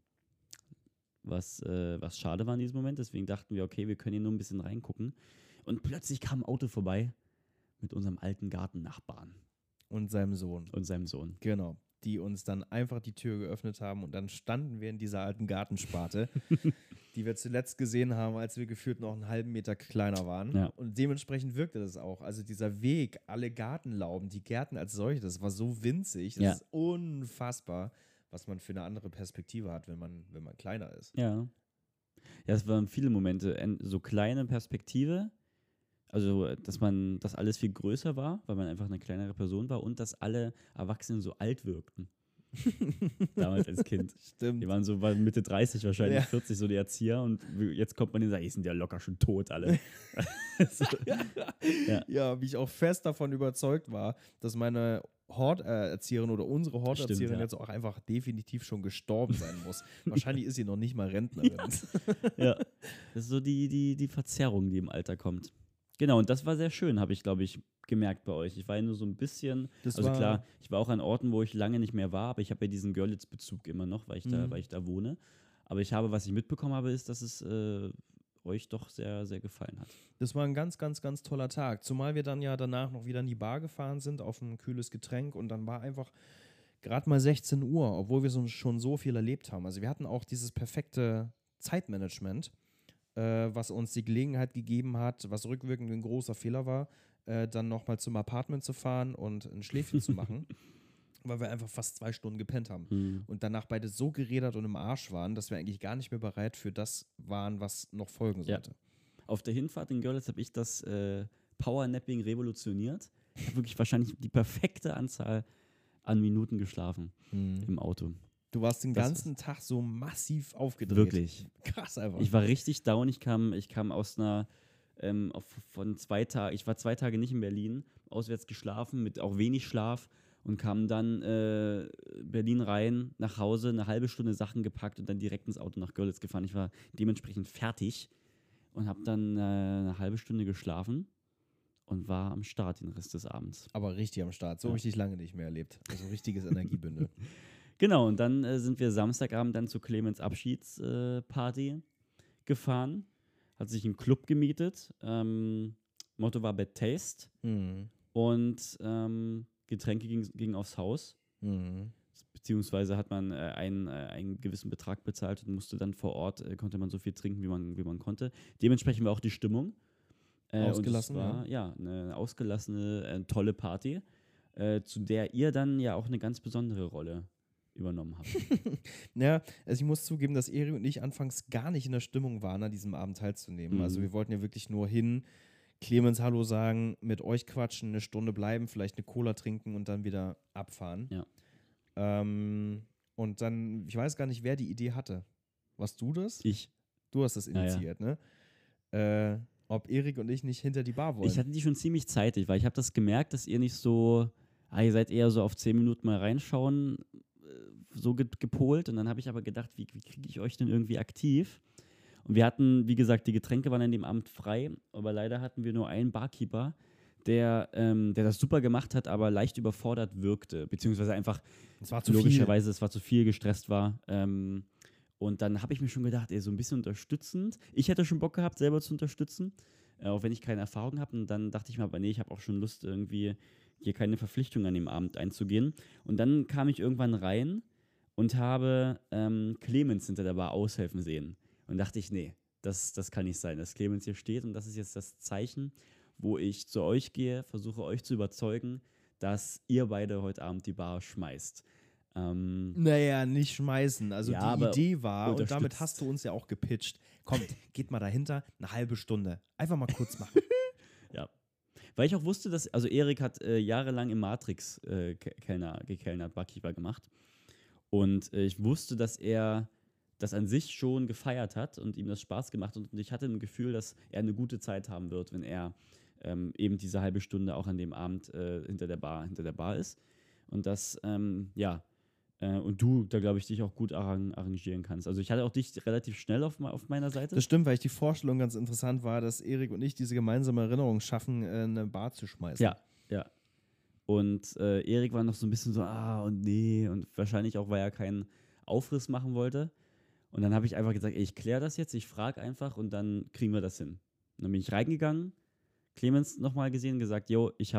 Speaker 2: Was schade war in diesem Moment. Deswegen dachten wir, okay, wir können hier nur ein bisschen reingucken. Und plötzlich kam ein Auto vorbei mit unserem alten Gartennachbarn.
Speaker 1: Und seinem Sohn. Genau. Die uns dann einfach die Tür geöffnet haben und dann standen wir in dieser alten Gartensparte, die wir zuletzt gesehen haben, als wir gefühlt noch einen halben Meter kleiner waren.
Speaker 2: Ja.
Speaker 1: Und dementsprechend wirkte das auch. Also dieser Weg, alle Gartenlauben, die Gärten als solche, das war so winzig, das ist unfassbar, was man für eine andere Perspektive hat, wenn man kleiner ist.
Speaker 2: Ja. Ja, es waren viele Momente. So kleine Perspektive, also dass alles viel größer war, weil man einfach eine kleinere Person war und dass alle Erwachsenen so alt wirkten. Damals als Kind.
Speaker 1: Stimmt.
Speaker 2: Die waren so Mitte 30 wahrscheinlich, 40 so die Erzieher und jetzt kommt man und sagt, die sind ja locker schon tot alle.
Speaker 1: Ja, wie ich auch fest davon überzeugt war, dass meine Horterzieherin oder unsere Horterzieherin jetzt auch einfach definitiv schon gestorben sein muss. Wahrscheinlich ist sie noch nicht mal Rentnerin.
Speaker 2: Ja, das ist so die Verzerrung, die im Alter kommt. Genau, und das war sehr schön, habe ich, glaube ich, gemerkt bei euch. Ich war ja nur so ein bisschen, klar, ich war auch an Orten, wo ich lange nicht mehr war, aber ich habe ja diesen Görlitz-Bezug immer noch, weil ich da wohne. Aber was ich mitbekommen habe, ist, dass es euch doch sehr, sehr gefallen hat.
Speaker 1: Das war ein ganz, ganz, ganz toller Tag. Zumal wir dann ja danach noch wieder in die Bar gefahren sind, auf ein kühles Getränk und dann war einfach gerade mal 16 Uhr, obwohl wir schon so viel erlebt haben. Also wir hatten auch dieses perfekte Zeitmanagement, was uns die Gelegenheit gegeben hat, was rückwirkend ein großer Fehler war, dann nochmal zum Apartment zu fahren und ein Schläfchen zu machen, weil wir einfach fast 2 Stunden gepennt haben. Und danach beide so gerädert und im Arsch waren, dass wir eigentlich gar nicht mehr bereit für das waren, was noch folgen sollte.
Speaker 2: Ja. Auf der Hinfahrt in Görlitz habe ich das Powernapping revolutioniert. Ich habe wirklich wahrscheinlich die perfekte Anzahl an Minuten geschlafen im Auto.
Speaker 1: Du warst den ganzen Tag so massiv aufgedreht.
Speaker 2: Wirklich.
Speaker 1: Krass einfach.
Speaker 2: Ich war richtig down. Ich kam aus einer von 2 Tagen, ich war 2 Tage nicht in Berlin, auswärts geschlafen, mit auch wenig Schlaf und kam dann Berlin rein, nach Hause, eine halbe Stunde Sachen gepackt und dann direkt ins Auto nach Görlitz gefahren. Ich war dementsprechend fertig und habe dann eine halbe Stunde geschlafen und war am Start den Rest des Abends.
Speaker 1: Aber richtig am Start. So habe ich dich lange nicht mehr erlebt. Also richtiges Energiebündel.
Speaker 2: Genau, und dann sind wir Samstagabend dann zu Clemens Abschiedsparty gefahren. Hat sich einen Club gemietet. Motto war Bad Taste.
Speaker 1: Mhm.
Speaker 2: Und Getränke gingen aufs Haus.
Speaker 1: Mhm.
Speaker 2: Beziehungsweise hat man einen gewissen Betrag bezahlt und musste dann vor Ort, konnte man so viel trinken, wie man konnte. Dementsprechend war auch die Stimmung.
Speaker 1: Ausgelassen,
Speaker 2: und es war, ja, eine ausgelassene, tolle Party, zu der ihr dann ja auch eine ganz besondere Rolle übernommen habt.
Speaker 1: Ja, also ich muss zugeben, dass Erik und ich anfangs gar nicht in der Stimmung waren, an diesem Abend teilzunehmen.
Speaker 2: Mhm.
Speaker 1: Also wir wollten ja wirklich nur hin, Clemens Hallo sagen, mit euch quatschen, eine Stunde bleiben, vielleicht eine Cola trinken und dann wieder abfahren.
Speaker 2: Ja.
Speaker 1: Und dann, ich weiß gar nicht, wer die Idee hatte. Warst du das?
Speaker 2: Ich.
Speaker 1: Du hast das initiiert, ne? Ob Erik und ich nicht hinter die Bar wollen.
Speaker 2: Ich hatte die schon ziemlich zeitig, weil ich habe das gemerkt, dass ihr nicht so, ihr seid eher so auf 10 Minuten mal reinschauen, so gepolt. Und dann habe ich aber gedacht, wie kriege ich euch denn irgendwie aktiv? Und wir hatten, wie gesagt, die Getränke waren an dem Abend frei, aber leider hatten wir nur einen Barkeeper, der das super gemacht hat, aber leicht überfordert wirkte, beziehungsweise einfach
Speaker 1: es war zu
Speaker 2: logischerweise, es war zu viel, gestresst war. Und dann habe ich mir schon gedacht, so ein bisschen unterstützend. Ich hätte schon Bock gehabt, selber zu unterstützen, auch wenn ich keine Erfahrung habe. Und dann dachte ich mir, aber nee, ich habe auch schon Lust, irgendwie hier keine Verpflichtung an dem Abend einzugehen. Und dann kam ich irgendwann rein und habe Clemens hinter der Bar aushelfen sehen. Und dachte ich, nee, das kann nicht sein, dass Clemens hier steht. Und das ist jetzt das Zeichen, wo ich zu euch gehe, versuche euch zu überzeugen, dass ihr beide heute Abend die Bar schmeißt.
Speaker 1: Naja, nicht schmeißen. Also
Speaker 2: ja,
Speaker 1: die Idee war, und damit
Speaker 2: unterstützt.
Speaker 1: hast du uns ja auch gepitcht. Kommt, geht mal dahinter, eine halbe Stunde. Einfach mal kurz machen.
Speaker 2: Ja. Weil ich auch wusste, dass, also Erik hat jahrelang im Matrix gekellnert, Barkeeper gemacht. Und ich wusste, dass er das an sich schon gefeiert hat und ihm das Spaß gemacht hat. Und ich hatte ein Gefühl, dass er eine gute Zeit haben wird, wenn er eben diese halbe Stunde auch an dem Abend hinter der Bar ist. Und das, und du, da glaube ich, dich auch gut arrangieren kannst. Also ich hatte auch dich relativ schnell auf meiner Seite.
Speaker 1: Das stimmt, weil ich die Vorstellung ganz interessant war, dass Erik und ich diese gemeinsame Erinnerung schaffen, eine Bar zu schmeißen.
Speaker 2: Ja. Und Erik war noch so ein bisschen so, und nee. Und wahrscheinlich auch, weil er keinen Aufriss machen wollte. Und dann habe ich einfach gesagt, ich kläre das jetzt, ich frage einfach und dann kriegen wir das hin. Und dann bin ich reingegangen, Clemens nochmal gesehen, gesagt,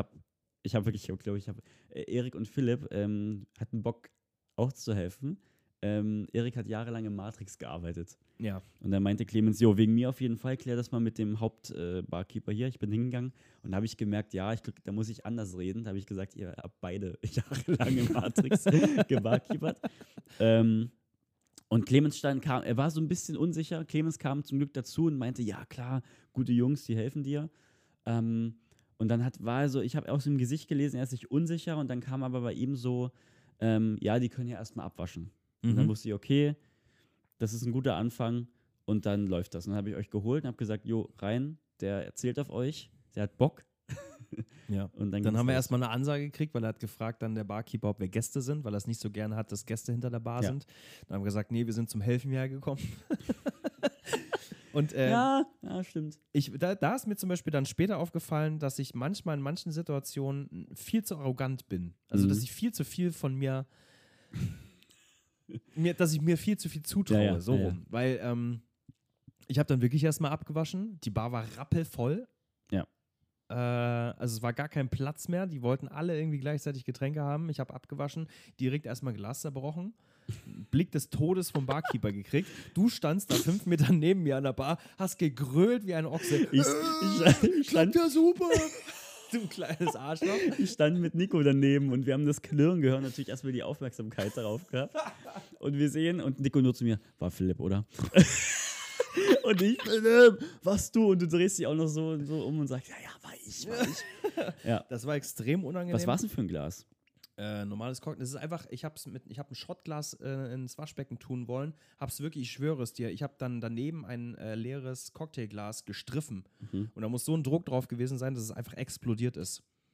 Speaker 2: Erik und Philipp hatten Bock auch zu helfen. Erik hat jahrelang im Matrix gearbeitet.
Speaker 1: Ja.
Speaker 2: Und dann meinte Clemens, wegen mir auf jeden Fall, klär das mal mit dem Hauptbarkeeper hier. Ich bin hingegangen und da habe ich gemerkt, da muss ich anders reden. Da habe ich gesagt, ihr habt beide jahrelang im Matrix gebarkeepert. Und Clemens er war so ein bisschen unsicher. Clemens kam zum Glück dazu und meinte, ja klar, gute Jungs, die helfen dir. Und dann ich habe aus dem Gesicht gelesen, er ist sich unsicher und dann kam aber bei ihm so, die können ja erstmal abwaschen. Und dann wusste ich, okay, das ist ein guter Anfang und dann läuft das. Und dann habe ich euch geholt und habe gesagt, rein, der erzählt auf euch, der hat Bock.
Speaker 1: Ja.
Speaker 2: Und dann
Speaker 1: haben wir erstmal eine Ansage gekriegt, weil er hat gefragt dann der Barkeeper, ob wir Gäste sind, weil er es nicht so gerne hat, dass Gäste hinter der Bar sind. Dann haben wir gesagt, nee, wir sind zum Helfen hergekommen. Und,
Speaker 2: ja, stimmt.
Speaker 1: Da ist mir zum Beispiel dann später aufgefallen, dass ich manchmal in manchen Situationen viel zu arrogant bin. Also, dass ich viel zu viel von mir, dass ich mir viel zu viel zutraue, rum. Weil ich habe dann wirklich erstmal abgewaschen. Die Bar war rappelvoll.
Speaker 2: Ja.
Speaker 1: Also es war gar kein Platz mehr. Die wollten alle irgendwie gleichzeitig Getränke haben. Ich habe abgewaschen, direkt erstmal Glas zerbrochen. Blick des Todes vom Barkeeper gekriegt. Du standst da 5 Meter neben mir an der Bar, hast gegrölt wie ein Ochse.
Speaker 2: Ich stand
Speaker 1: ja super. Du kleines Arschloch.
Speaker 2: Ich stand mit Nico daneben und wir haben das Klirren gehört, natürlich erstmal die Aufmerksamkeit darauf gehabt. Und wir sehen, und Nico nur zu mir, war Philipp, oder? Und ich, Philipp, was du? Und du drehst dich auch noch so um und sagst, ja, war ich. Ja.
Speaker 1: Das war extrem unangenehm.
Speaker 2: Was war es denn für ein Glas?
Speaker 1: Normales Cocktail. Das ist einfach, ich habe ein Schottglas ins Waschbecken tun wollen, hab's wirklich, ich schwöre es dir, ich habe dann daneben ein leeres Cocktailglas gestriffen. Und da muss so ein Druck drauf gewesen sein, dass es einfach explodiert ist.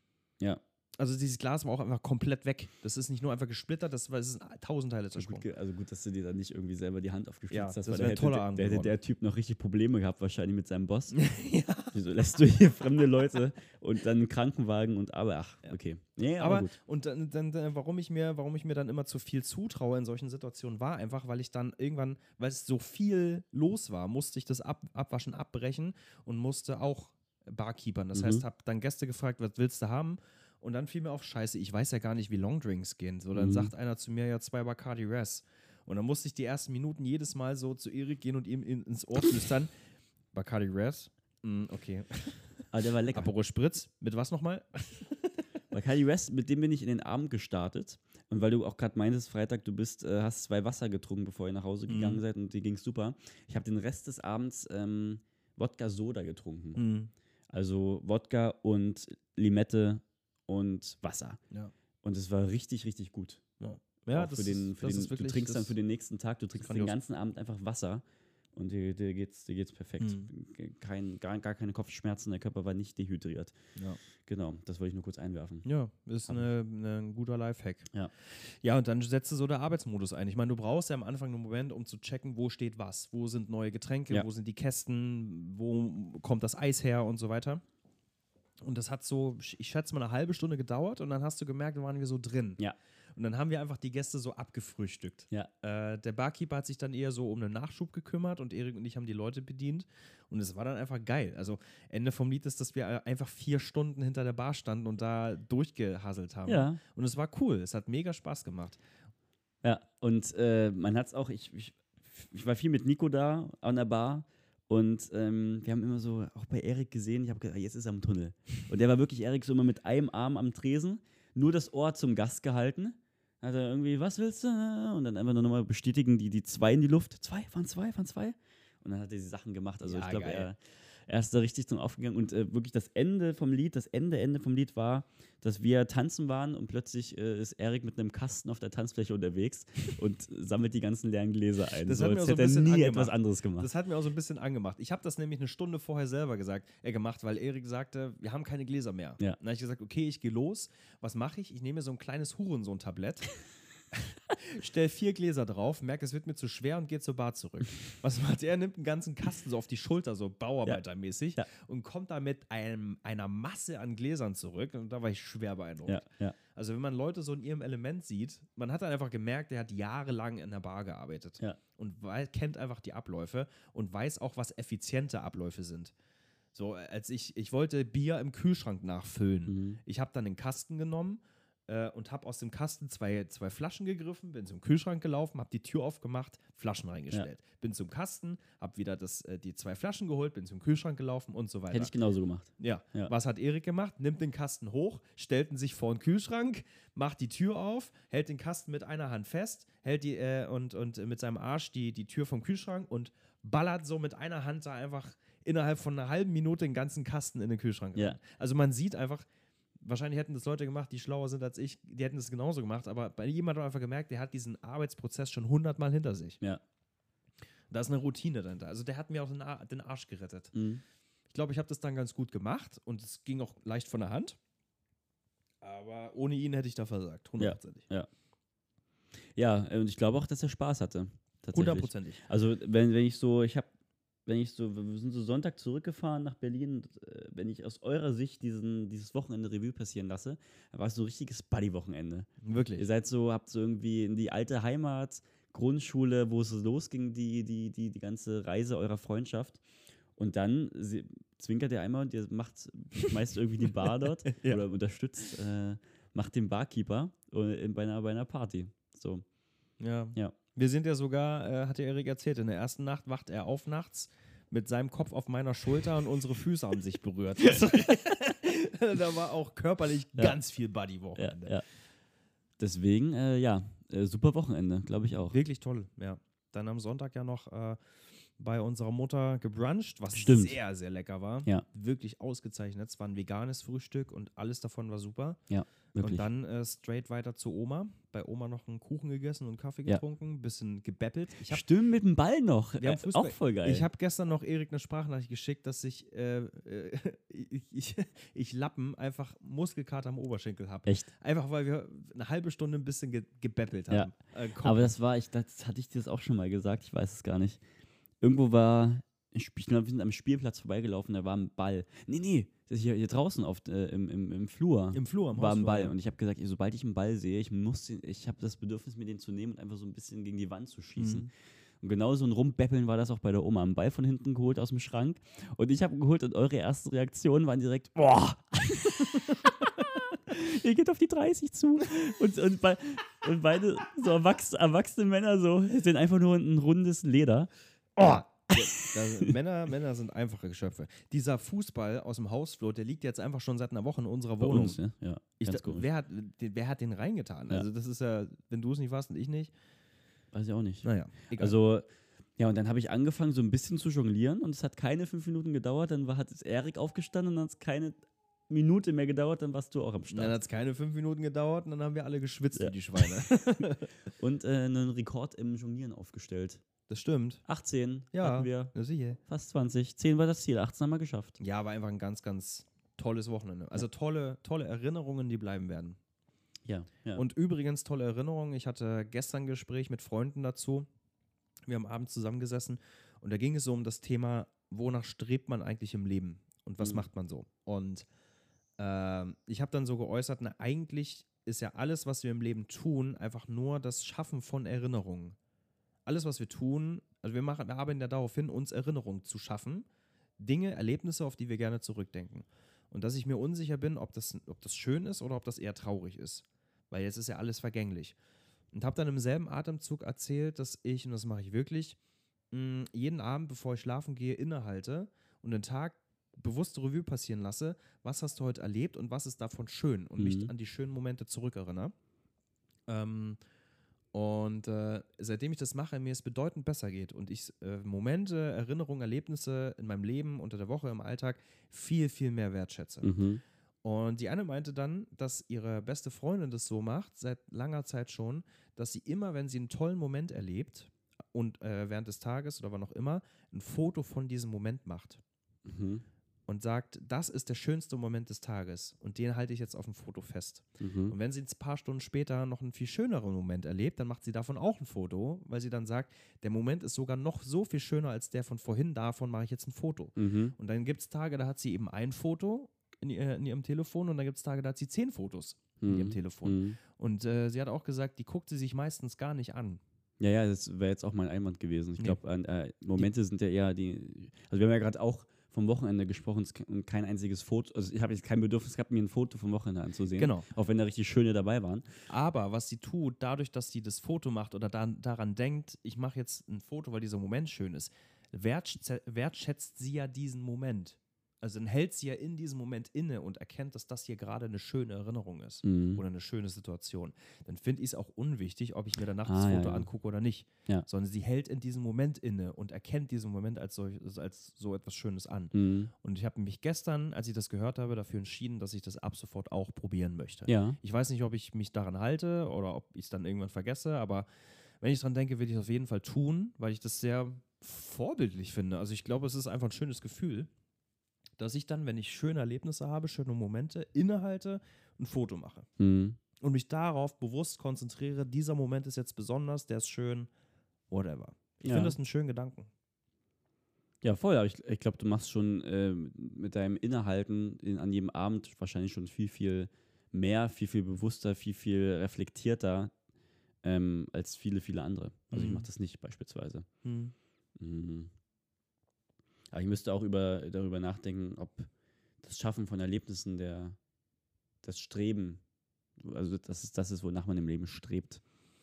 Speaker 2: Ja.
Speaker 1: Also dieses Glas war auch einfach komplett weg. Das ist nicht nur einfach gesplittert, es ist 1000 Teile zersprungen.
Speaker 2: Also gut, dass du dir da nicht irgendwie selber die Hand aufgeschlitzt
Speaker 1: Ja,
Speaker 2: hast,
Speaker 1: das
Speaker 2: weil
Speaker 1: wäre ein toller Abend
Speaker 2: der hätte
Speaker 1: geworden.
Speaker 2: der Typ noch richtig Probleme gehabt, wahrscheinlich mit seinem Boss.
Speaker 1: Ja.
Speaker 2: Wieso lässt du hier fremde Leute und dann einen Krankenwagen okay. Nee, aber gut.
Speaker 1: Und dann warum ich mir dann immer zu viel zutraue in solchen Situationen, war einfach, weil ich dann irgendwann, weil es so viel los war, musste ich das Abwaschen abbrechen und musste auch Barkeepern. Das heißt, habe dann Gäste gefragt, was willst du haben? Und dann fiel mir auf, scheiße, ich weiß ja gar nicht, wie Longdrinks gehen. So, dann sagt einer zu mir, ja, 2 Bacardi Res. Und dann musste ich die ersten Minuten jedes Mal so zu Erik gehen und ihm ins Ohr flüstern, Bacardi Res? Okay.
Speaker 2: Aber der war lecker.
Speaker 1: Aperol Spritz, mit was nochmal?
Speaker 2: Bacardi Res, mit dem bin ich in den Abend gestartet. Und weil du auch gerade meintest, Freitag, du hast 2 Wasser getrunken, bevor ihr nach Hause gegangen seid und dir ging super. Ich habe den Rest des Abends Wodka-Soda getrunken. Also Wodka und Limette und Wasser.
Speaker 1: Ja.
Speaker 2: Und es war richtig, richtig gut.
Speaker 1: Ja,
Speaker 2: du trinkst dann für den nächsten Tag, du trinkst den ganzen Abend einfach Wasser und dir geht's perfekt. Gar keine Kopfschmerzen, der Körper war nicht dehydriert.
Speaker 1: Ja.
Speaker 2: Genau, das wollte ich nur kurz einwerfen.
Speaker 1: Ja, ist ein guter Lifehack.
Speaker 2: Ja.
Speaker 1: Ja, und dann setzt du so der Arbeitsmodus ein. Ich meine, du brauchst ja am Anfang einen Moment, um zu checken, wo steht was. Wo sind neue Getränke, wo sind die Kästen, wo kommt das Eis her und so weiter. Und das hat so, ich schätze mal, eine halbe Stunde gedauert und dann hast du gemerkt, da waren wir so drin.
Speaker 2: Ja.
Speaker 1: Und dann haben wir einfach die Gäste so abgefrühstückt.
Speaker 2: Ja.
Speaker 1: Der Barkeeper hat sich dann eher so um einen Nachschub gekümmert und Erik und ich haben die Leute bedient. Und es war dann einfach geil. Also Ende vom Lied ist, dass wir einfach 4 Stunden hinter der Bar standen und da durchgehasselt haben.
Speaker 2: Ja.
Speaker 1: Und es war cool. Es hat mega Spaß gemacht.
Speaker 2: Ja, und man hat es auch, ich war viel mit Nico da an der Bar. Und wir haben immer so, auch bei Erik gesehen, ich habe gedacht, jetzt ist er im Tunnel. Und der war wirklich, Erik, so immer mit einem Arm am Tresen, nur das Ohr zum Gast gehalten. Hat er irgendwie, was willst du? Und dann einfach nur nochmal bestätigen, die 2 in die Luft. 2, waren 2. Und dann hat er die Sachen gemacht. Also ich glaube, er ist da richtig zum aufgegangen. Und wirklich das Ende vom Lied war, dass wir tanzen waren und plötzlich ist Erik mit einem Kasten auf der Tanzfläche unterwegs und sammelt die ganzen leeren Gläser ein.
Speaker 1: Das
Speaker 2: so,
Speaker 1: hat mir
Speaker 2: als
Speaker 1: auch so ein
Speaker 2: hätte er
Speaker 1: bisschen
Speaker 2: nie
Speaker 1: angemacht.
Speaker 2: etwas anderes gemacht.
Speaker 1: Das hat mir auch so ein bisschen angemacht. Ich habe das nämlich eine Stunde vorher selber gemacht, weil Erik sagte, wir haben keine Gläser mehr.
Speaker 2: Ja.
Speaker 1: Dann habe ich gesagt, okay, ich gehe los. Was mache ich? Ich nehme mir so ein kleines Hurensohn-Tablett, stell 4 Gläser drauf, merke, es wird mir zu schwer und gehe zur Bar zurück. Was macht er? Nimmt einen ganzen Kasten so auf die Schulter, so bauarbeitermäßig, und kommt da mit einer Masse an Gläsern zurück. Und da war ich schwer beeindruckt.
Speaker 2: Ja.
Speaker 1: Also wenn man Leute so in ihrem Element sieht, man hat dann einfach gemerkt, der hat jahrelang in der Bar gearbeitet und kennt einfach die Abläufe und weiß auch, was effiziente Abläufe sind. So, als ich wollte Bier im Kühlschrank nachfüllen. Ich habe dann einen Kasten genommen und habe aus dem Kasten zwei Flaschen gegriffen, bin zum Kühlschrank gelaufen, habe die Tür aufgemacht, Flaschen reingestellt. Bin zum Kasten, habe wieder die 2 Flaschen geholt, bin zum Kühlschrank gelaufen und so weiter.
Speaker 2: Hätte ich genauso gemacht.
Speaker 1: Ja. Was hat Erik gemacht? Nimmt den Kasten hoch, stellt ihn sich vor den Kühlschrank, macht die Tür auf, hält den Kasten mit einer Hand fest, hält und mit seinem Arsch die Tür vom Kühlschrank und ballert so mit einer Hand da einfach innerhalb von einer halben Minute den ganzen Kasten in den Kühlschrank rein. Also man sieht einfach, wahrscheinlich hätten das Leute gemacht, die schlauer sind als ich, die hätten das genauso gemacht, aber bei jemandem hat man einfach gemerkt, der hat diesen Arbeitsprozess schon 100 Mal hinter sich.
Speaker 2: Ja.
Speaker 1: Da ist eine Routine dahinter. Also der hat mir auch den Arsch gerettet. Ich glaube, ich habe das dann ganz gut gemacht und es ging auch leicht von der Hand, aber ohne ihn hätte ich da versagt, 100%.
Speaker 2: Ja, und ich glaube auch, dass er Spaß hatte.
Speaker 1: 100%.
Speaker 2: Also wir sind so Sonntag zurückgefahren nach Berlin, wenn ich aus eurer Sicht dieses Wochenende Revue passieren lasse, war es so ein richtiges Buddy-Wochenende.
Speaker 1: Wirklich.
Speaker 2: Ihr habt so irgendwie in die alte Heimat, Grundschule, wo es losging, die ganze Reise eurer Freundschaft. Und dann zwinkert ihr einmal und ihr schmeißt irgendwie die Bar dort oder unterstützt, macht den Barkeeper bei einer Party. So.
Speaker 1: Ja. Wir sind ja sogar, hat der Erik erzählt, in der ersten Nacht wacht er auf nachts mit seinem Kopf auf meiner Schulter und unsere Füße haben sich berührt. Da war auch körperlich ganz viel Buddy-Wochenende.
Speaker 2: Ja. Deswegen, super Wochenende, glaube ich auch.
Speaker 1: Wirklich toll, ja. Dann am Sonntag ja noch bei unserer Mutter gebruncht, was
Speaker 2: Stimmt.
Speaker 1: sehr, sehr lecker war.
Speaker 2: Ja.
Speaker 1: Wirklich ausgezeichnet. Es war ein veganes Frühstück und alles davon war super.
Speaker 2: Wirklich.
Speaker 1: Und dann straight weiter zu Oma. Bei Oma noch einen Kuchen gegessen und einen Kaffee
Speaker 2: Ja.
Speaker 1: getrunken, ein bisschen gebettelt.
Speaker 2: Stimmt, mit dem Ball noch.
Speaker 1: Wir haben Fußball.
Speaker 2: Auch voll geil.
Speaker 1: Ich habe gestern noch Erik eine Sprachnachricht geschickt, dass ich Lappen einfach Muskelkater am Oberschenkel habe.
Speaker 2: Echt?
Speaker 1: Einfach, weil wir eine halbe Stunde ein bisschen gebettelt haben.
Speaker 2: Aber das hatte ich dir das auch schon mal gesagt, ich weiß es gar nicht. Irgendwo war, ich glaube, wir sind am Spielplatz vorbeigelaufen, da war ein Ball. Nee, das ist hier draußen im Flur.
Speaker 1: Im Flur, am
Speaker 2: war ein
Speaker 1: Hausflur,
Speaker 2: Ball.
Speaker 1: ja.
Speaker 2: Und ich habe gesagt, sobald ich einen Ball sehe, ich habe das Bedürfnis, mir den zu nehmen und einfach so ein bisschen gegen die Wand zu schießen.
Speaker 1: Mhm.
Speaker 2: Und genau so ein Rumbeppeln war das auch bei der Oma. Einen Ball von hinten geholt aus dem Schrank. Und ich habe ihn geholt und eure ersten Reaktionen waren direkt, boah! Ihr geht auf die 30 zu. Und beide so erwachsene Männer so sind einfach nur ein rundes Leder.
Speaker 1: Oh! Männer sind einfache Geschöpfe. Dieser Fußball aus dem Hausflur, der liegt jetzt einfach schon seit einer Woche in unserer
Speaker 2: Bei
Speaker 1: Wohnung.
Speaker 2: uns, ja. Ganz komisch.
Speaker 1: Wer hat den reingetan?
Speaker 2: Ja.
Speaker 1: Also das ist ja, wenn du es nicht warst und ich nicht.
Speaker 2: Weiß ich auch nicht.
Speaker 1: Naja, egal.
Speaker 2: Also, ja, und dann habe ich angefangen, so ein bisschen zu jonglieren und es hat keine 5 Minuten gedauert. Dann hat es Erik aufgestanden und dann hat es keine Minute mehr gedauert, dann warst du auch am
Speaker 1: dann
Speaker 2: Start.
Speaker 1: hat es keine 5 Minuten gedauert und dann haben wir alle geschwitzt
Speaker 2: Ja.
Speaker 1: wie die Schweine.
Speaker 2: Und einen Rekord im Jonglieren aufgestellt.
Speaker 1: Das stimmt.
Speaker 2: 18
Speaker 1: Ja,
Speaker 2: hatten wir,
Speaker 1: das sicher.
Speaker 2: fast 20. 10 war das Ziel, 18 haben wir geschafft.
Speaker 1: Ja, war einfach ein ganz, ganz tolles Wochenende. Also tolle Erinnerungen, die bleiben werden.
Speaker 2: Ja.
Speaker 1: Und übrigens tolle Erinnerungen. Ich hatte gestern ein Gespräch mit Freunden dazu. Wir haben abends zusammengesessen und da ging es so um das Thema, wonach strebt man eigentlich im Leben und was macht man so? Und ich habe dann so geäußert, na, eigentlich ist ja alles, was wir im Leben tun, einfach nur das Schaffen von Erinnerungen. Alles, was wir tun, also wir arbeiten ja darauf hin, uns Erinnerungen zu schaffen, Dinge, Erlebnisse, auf die wir gerne zurückdenken. Und dass ich mir unsicher bin, ob das schön ist oder ob das eher traurig ist. Weil jetzt ist ja alles vergänglich. Und habe dann im selben Atemzug erzählt, dass ich, und das mache ich wirklich, jeden Abend, bevor ich schlafen gehe, innehalte und den Tag bewusste Revue passieren lasse, was hast du heute erlebt und was ist davon schön und mich an die schönen Momente zurückerinnere. Seitdem ich das mache, mir es bedeutend besser geht und ich Momente, Erinnerungen, Erlebnisse in meinem Leben, unter der Woche, im Alltag viel, viel mehr wertschätze.
Speaker 2: Mhm.
Speaker 1: Und die eine meinte dann, dass ihre beste Freundin das so macht, seit langer Zeit schon, dass sie immer, wenn sie einen tollen Moment erlebt und während des Tages oder wann auch immer, ein Foto von diesem Moment macht.
Speaker 2: Mhm.
Speaker 1: Und sagt, das ist der schönste Moment des Tages und den halte ich jetzt auf dem Foto fest.
Speaker 2: Mhm.
Speaker 1: Und wenn sie ein paar Stunden später noch einen viel schöneren Moment erlebt, dann macht sie davon auch ein Foto, weil sie dann sagt, der Moment ist sogar noch so viel schöner als der von vorhin, davon mache ich jetzt ein Foto.
Speaker 2: Mhm.
Speaker 1: Und dann gibt es Tage, da hat sie eben ein Foto in ihrem Telefon und dann gibt es Tage, da hat sie 10 Fotos in ihrem Telefon.
Speaker 2: Mhm.
Speaker 1: Und sie hat auch gesagt, die guckt sie sich meistens gar nicht an.
Speaker 2: Ja, das wäre jetzt auch mein Einwand gewesen. Ich
Speaker 1: Nee.
Speaker 2: glaube, Momente sind ja eher also wir haben ja gerade auch vom Wochenende gesprochen und kein einziges Foto, also ich habe jetzt kein Bedürfnis gehabt, mir ein Foto vom Wochenende anzusehen.
Speaker 1: Genau.
Speaker 2: Auch wenn da richtig schöne dabei waren.
Speaker 1: Aber was sie tut, dadurch, dass sie das Foto macht oder daran denkt, ich mache jetzt ein Foto, weil dieser Moment schön ist, wertschätzt sie ja diesen Moment. Also dann hält sie ja in diesem Moment inne und erkennt, dass das hier gerade eine schöne Erinnerung ist oder eine schöne Situation. Dann finde ich es auch unwichtig, ob ich mir danach das Foto angucke oder nicht.
Speaker 2: Ja.
Speaker 1: Sondern sie hält in diesem Moment inne und erkennt diesen Moment als so etwas Schönes an.
Speaker 2: Mhm.
Speaker 1: Und ich habe mich gestern, als ich das gehört habe, dafür entschieden, dass ich das ab sofort auch probieren möchte.
Speaker 2: Ja.
Speaker 1: Ich weiß nicht, ob ich mich daran halte oder ob ich es dann irgendwann vergesse, aber wenn ich dran denke, will ich es auf jeden Fall tun, weil ich das sehr vorbildlich finde. Also ich glaube, es ist einfach ein schönes Gefühl, dass ich dann, wenn ich schöne Erlebnisse habe, schöne Momente, innehalte, ein Foto mache.
Speaker 2: Mhm.
Speaker 1: Und mich darauf bewusst konzentriere, dieser Moment ist jetzt besonders, der ist schön, whatever. Ich finde das einen schönen Gedanken.
Speaker 2: Ja, voll. Aber ich glaube, du machst schon mit deinem Innehalten an jedem Abend wahrscheinlich schon viel, viel mehr, viel, viel bewusster, viel, viel reflektierter als viele, viele andere. Also ich mache das nicht beispielsweise. Mhm. Aber ich müsste auch darüber nachdenken, ob das Schaffen von Erlebnissen, das Streben, also das ist, wonach man im Leben strebt.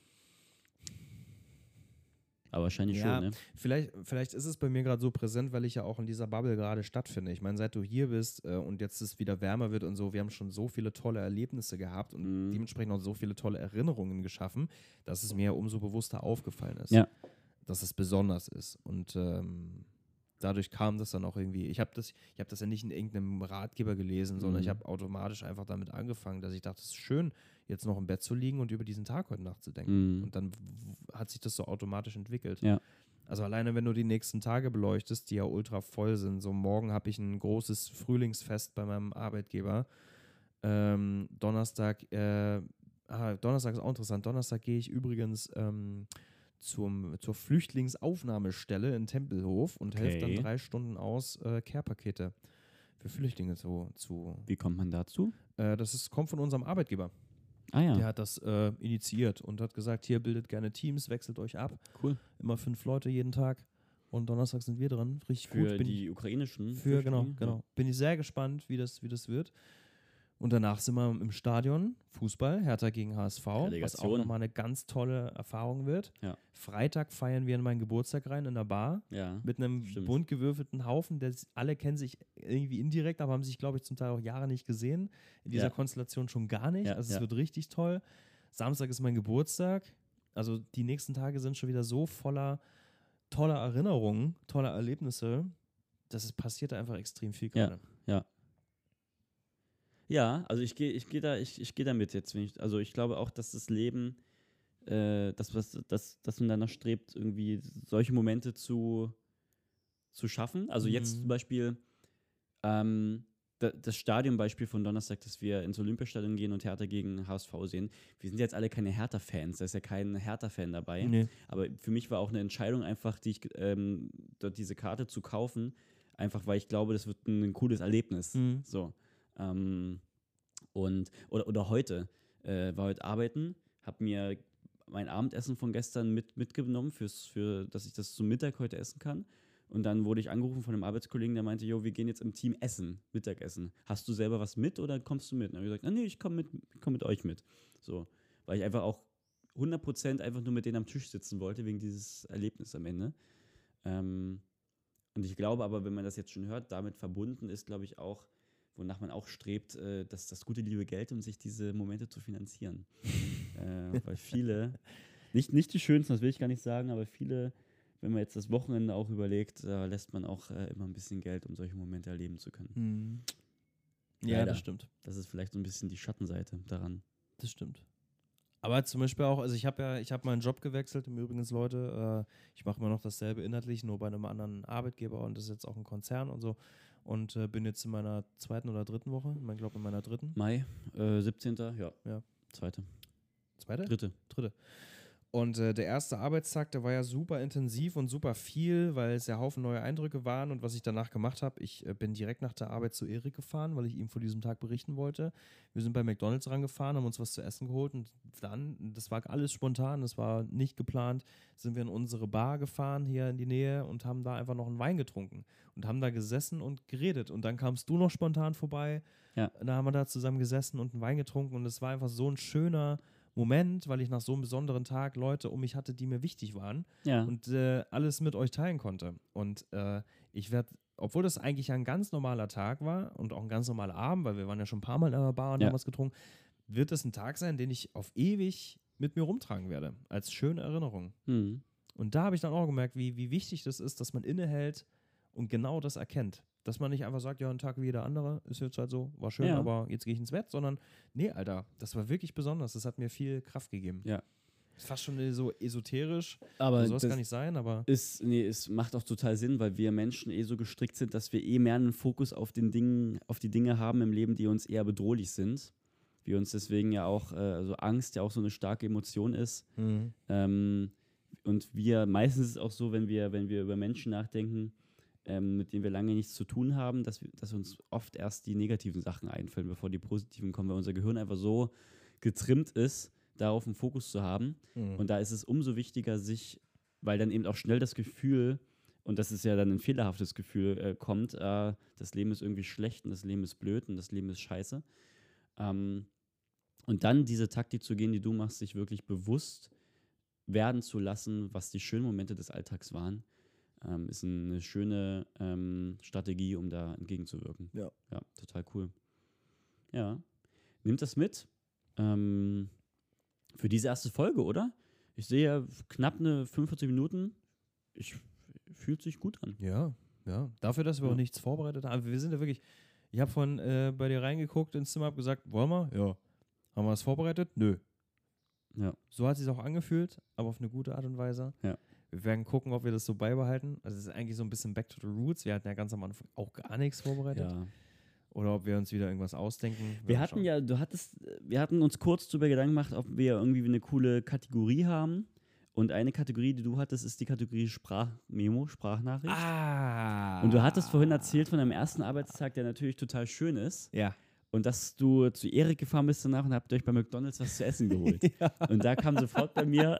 Speaker 2: Aber wahrscheinlich schon, ne?
Speaker 1: Vielleicht ist es bei mir gerade so präsent, weil ich ja auch in dieser Bubble gerade stattfinde. Ich meine, seit du hier bist und jetzt es wieder wärmer wird und so, wir haben schon so viele tolle Erlebnisse gehabt und dementsprechend auch so viele tolle Erinnerungen geschaffen, dass es mir umso bewusster aufgefallen ist.
Speaker 2: Ja.
Speaker 1: dass es besonders ist. Und dadurch kam das dann auch irgendwie. Ich habe das ja nicht in irgendeinem Ratgeber gelesen, sondern ich habe automatisch einfach damit angefangen, dass ich dachte, es ist schön, jetzt noch im Bett zu liegen und über diesen Tag heute nachzudenken. Und dann hat sich das so automatisch entwickelt.
Speaker 2: Ja.
Speaker 1: Also alleine, wenn du die nächsten Tage beleuchtest, die ja ultra voll sind. So morgen habe ich ein großes Frühlingsfest bei meinem Arbeitgeber. Donnerstag ist auch interessant. Donnerstag gehe ich übrigens zur Flüchtlingsaufnahmestelle in Tempelhof und helfe dann 3 Stunden aus, Care-Pakete für Flüchtlinge zu.
Speaker 2: Wie kommt man dazu?
Speaker 1: Kommt von unserem Arbeitgeber.
Speaker 2: Ah ja.
Speaker 1: Der hat das initiiert und hat gesagt, hier bildet gerne Teams, wechselt euch ab.
Speaker 2: Cool.
Speaker 1: Immer 5 Leute jeden Tag. Und Donnerstag sind wir dran. Richtig
Speaker 2: Für
Speaker 1: gut.
Speaker 2: Für die ukrainischen
Speaker 1: Genau.
Speaker 2: Ja.
Speaker 1: Bin ich sehr gespannt, wie das wird. Und danach sind wir im Stadion, Fußball, Hertha gegen HSV, was auch nochmal eine ganz tolle Erfahrung wird.
Speaker 2: Ja.
Speaker 1: Freitag feiern wir in meinen Geburtstag rein, in der Bar, mit einem bunt gewürfelten Haufen, alle kennen sich irgendwie indirekt, aber haben sich, glaube ich, zum Teil auch Jahre nicht gesehen. In dieser Konstellation schon gar nicht. Also es wird richtig toll. Samstag ist mein Geburtstag. Also die nächsten Tage sind schon wieder so voller toller Erinnerungen, toller Erlebnisse, dass es passiert einfach extrem viel gerade.
Speaker 2: Ja, also ich gehe da mit jetzt. Also ich glaube auch, dass das Leben, dass man danach strebt, irgendwie solche Momente zu schaffen. Also jetzt zum Beispiel das Stadionbeispiel von Donnerstag, dass wir ins Olympiastadion gehen und Hertha gegen HSV sehen. Wir sind jetzt alle keine Hertha-Fans, da ist ja kein Hertha-Fan dabei.
Speaker 1: Nee.
Speaker 2: Aber für mich war auch eine Entscheidung einfach, dort diese Karte zu kaufen, einfach weil ich glaube, das wird ein cooles Erlebnis. So. Oder heute, war heute arbeiten, habe mir mein Abendessen von gestern mitgenommen, dass ich das zum Mittag heute essen kann. Und dann wurde ich angerufen von einem Arbeitskollegen, der meinte, jo, wir gehen jetzt im Team essen, Mittagessen. Hast du selber was mit oder kommst du mit? Und dann habe ich gesagt, nee, ich komme mit euch mit. So, weil ich einfach auch 100% einfach nur mit denen am Tisch sitzen wollte, wegen dieses Erlebnisses am Ende. Und ich glaube aber, wenn man das jetzt schon hört, damit verbunden ist, glaube ich, auch, wonach man auch strebt, das gute liebe Geld, um sich diese Momente zu finanzieren. Weil viele, nicht die schönsten, das will ich gar nicht sagen, aber viele, wenn man jetzt das Wochenende auch überlegt, da lässt man auch immer ein bisschen Geld, um solche Momente erleben zu können.
Speaker 1: Ja,
Speaker 2: Leider.
Speaker 1: das stimmt.
Speaker 2: Das ist vielleicht so ein bisschen die Schattenseite daran.
Speaker 1: Das stimmt. Aber zum Beispiel auch, also ich habe meinen Job gewechselt, im Übrigen, Leute, ich mache immer noch dasselbe inhaltlich, nur bei einem anderen Arbeitgeber und das ist jetzt auch ein Konzern und so. Und bin jetzt in meiner 2. oder 3. Woche, ich glaube in meiner 3.
Speaker 2: Mai, 17. Ja. 2.
Speaker 1: 3. Und der erste Arbeitstag, der war ja super intensiv und super viel, weil es ja Haufen neue Eindrücke waren. Und was ich danach gemacht habe, ich bin direkt nach der Arbeit zu Erik gefahren, weil ich ihm von diesem Tag berichten wollte. Wir sind bei McDonald's rangefahren, haben uns was zu essen geholt und dann, das war alles spontan, das war nicht geplant, sind wir in unsere Bar gefahren hier in die Nähe und haben da einfach noch einen Wein getrunken und haben da gesessen und geredet. Und dann kamst du noch spontan vorbei.
Speaker 2: Ja.
Speaker 1: Da haben wir da zusammen gesessen und einen Wein getrunken und es war einfach so ein schöner Moment, weil ich nach so einem besonderen Tag Leute um mich hatte, die mir wichtig waren und alles mit euch teilen konnte. Und ich werde, obwohl das eigentlich ein ganz normaler Tag war und auch ein ganz normaler Abend, weil wir waren ja schon ein paar Mal in der Bar und haben was getrunken, wird es ein Tag sein, den ich auf ewig mit mir rumtragen werde, als schöne Erinnerung. Und da habe ich dann auch gemerkt, wie wichtig das ist, dass man innehält und genau das erkennt. Dass man nicht einfach sagt, ja, ein Tag wie jeder andere, ist jetzt halt so, war schön, aber jetzt gehe ich ins Bett, sondern nee, Alter, das war wirklich besonders. Das hat mir viel Kraft gegeben.
Speaker 2: Ja.
Speaker 1: Ist fast schon so esoterisch,
Speaker 2: aber
Speaker 1: soll es gar nicht sein, aber...
Speaker 2: Es macht auch total Sinn, weil wir Menschen so gestrickt sind, dass wir mehr einen Fokus auf die Dinge haben im Leben, die uns eher bedrohlich sind. Wir uns deswegen ja auch, also Angst ja auch so eine starke Emotion ist. Und wir, meistens ist es auch so, wenn wir über Menschen nachdenken, mit denen wir lange nichts zu tun haben, dass uns oft erst die negativen Sachen einfallen, bevor die positiven kommen, weil unser Gehirn einfach so getrimmt ist, darauf einen Fokus zu haben. Und da ist es umso wichtiger, weil dann eben auch schnell das Gefühl, und das ist ja dann ein fehlerhaftes Gefühl, kommt, das Leben ist irgendwie schlecht und das Leben ist blöd und das Leben ist scheiße. Und dann diese Taktik zu gehen, die du machst, sich wirklich bewusst werden zu lassen, was die schönen Momente des Alltags waren, ist eine schöne Strategie, um da entgegenzuwirken.
Speaker 1: Ja,
Speaker 2: total cool. Ja, nimmt das mit für diese erste Folge, oder? Ich sehe ja knapp eine 45 Minuten. Fühlt sich gut an.
Speaker 1: Ja. Dafür, dass wir auch nichts vorbereitet haben. Wir sind ja wirklich, ich habe bei dir reingeguckt ins Zimmer, habe gesagt, wollen wir? Ja. Haben wir was vorbereitet? Nö.
Speaker 2: Ja.
Speaker 1: So hat es sich auch angefühlt, aber auf eine gute Art und Weise.
Speaker 2: Ja.
Speaker 1: Wir werden gucken, ob wir das so beibehalten. Also es ist eigentlich so ein bisschen back to the roots. Wir hatten ja ganz am Anfang auch gar nichts vorbereitet.
Speaker 2: Ja.
Speaker 1: Oder ob wir uns wieder irgendwas ausdenken.
Speaker 2: Wir hatten uns kurz darüber Gedanken gemacht, ob wir irgendwie eine coole Kategorie haben. Und eine Kategorie, die du hattest, ist die Kategorie Sprachmemo, Sprachnachricht. Und du hattest vorhin erzählt von deinem ersten Arbeitstag, der natürlich total schön ist.
Speaker 1: Ja.
Speaker 2: Und dass du zu Erik gefahren bist danach und habt euch bei McDonald's was zu essen geholt.
Speaker 1: Ja.
Speaker 2: Und da kam sofort bei mir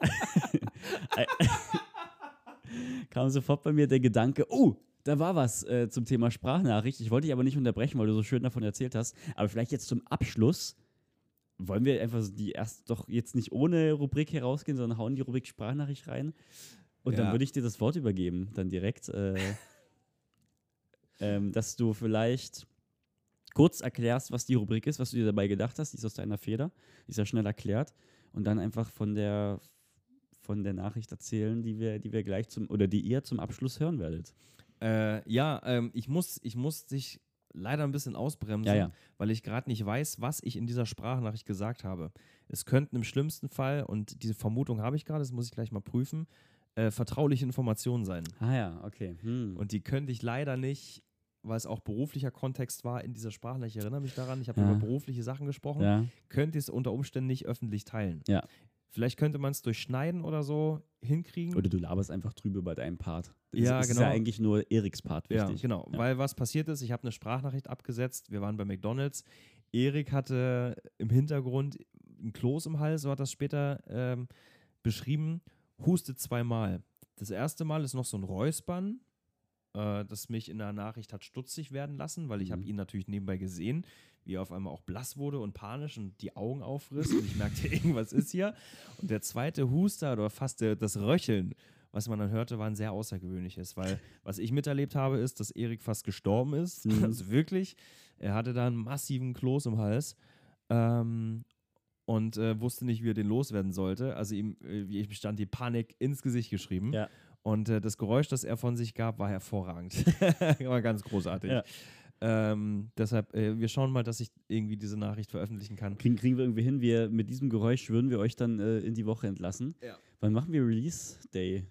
Speaker 2: der Gedanke, oh, da war was zum Thema Sprachnachricht. Ich wollte dich aber nicht unterbrechen, weil du so schön davon erzählt hast. Aber vielleicht jetzt zum Abschluss wollen wir einfach die erst doch jetzt nicht ohne Rubrik hier rausgehen, sondern hauen die Rubrik Sprachnachricht rein. Und dann würde ich dir das Wort übergeben, dann direkt, dass du vielleicht kurz erklärst, was die Rubrik ist, was du dir dabei gedacht hast. Die ist aus deiner Feder, die ist ja schnell erklärt. Und dann einfach von der Nachricht erzählen, die wir gleich die ihr zum Abschluss hören werdet.
Speaker 1: Ich muss dich leider ein bisschen ausbremsen, weil ich gerade nicht weiß, was ich in dieser Sprachnachricht gesagt habe. Es könnten im schlimmsten Fall, und diese Vermutung habe ich gerade, das muss ich gleich mal prüfen, vertrauliche Informationen sein.
Speaker 2: Ah ja, okay.
Speaker 1: Und die könnte ich leider nicht, weil es auch beruflicher Kontext war in dieser Sprachnachricht, ich erinnere mich daran, ich habe über berufliche Sachen gesprochen, könnte ich es unter Umständen nicht öffentlich teilen.
Speaker 2: Ja.
Speaker 1: Vielleicht könnte man es durch Schneiden oder so hinkriegen.
Speaker 2: Oder du laberst einfach drüber bei deinem Part.
Speaker 1: Ja,
Speaker 2: genau.
Speaker 1: Es ist
Speaker 2: ja eigentlich nur Eriks Part wichtig.
Speaker 1: Ja, genau. Ja. Weil was passiert ist, ich habe eine Sprachnachricht abgesetzt, wir waren bei McDonald's. Erik hatte im Hintergrund ein Kloß im Hals, so hat das später beschrieben, hustet 2-mal. Das erste Mal ist noch so ein Räuspern, das mich in der Nachricht hat stutzig werden lassen, weil ich habe ihn natürlich nebenbei gesehen, wie er auf einmal auch blass wurde und panisch und die Augen aufriss und ich merkte, irgendwas ist hier. Und der zweite Huster oder fast das Röcheln, was man dann hörte, war ein sehr außergewöhnliches, weil was ich miterlebt habe, ist, dass Erik fast gestorben ist. Also wirklich, er hatte da einen massiven Kloß im Hals und wusste nicht, wie er den loswerden sollte. Also ihm stand die Panik ins Gesicht geschrieben.
Speaker 2: Ja.
Speaker 1: Und das Geräusch, das er von sich gab, war hervorragend. War ganz großartig. Ja. Deshalb, wir schauen mal, dass ich irgendwie diese Nachricht veröffentlichen kann.
Speaker 2: Kriegen wir irgendwie hin. Mit diesem Geräusch würden wir euch dann in die Woche entlassen. Ja. Wann machen wir Release Day?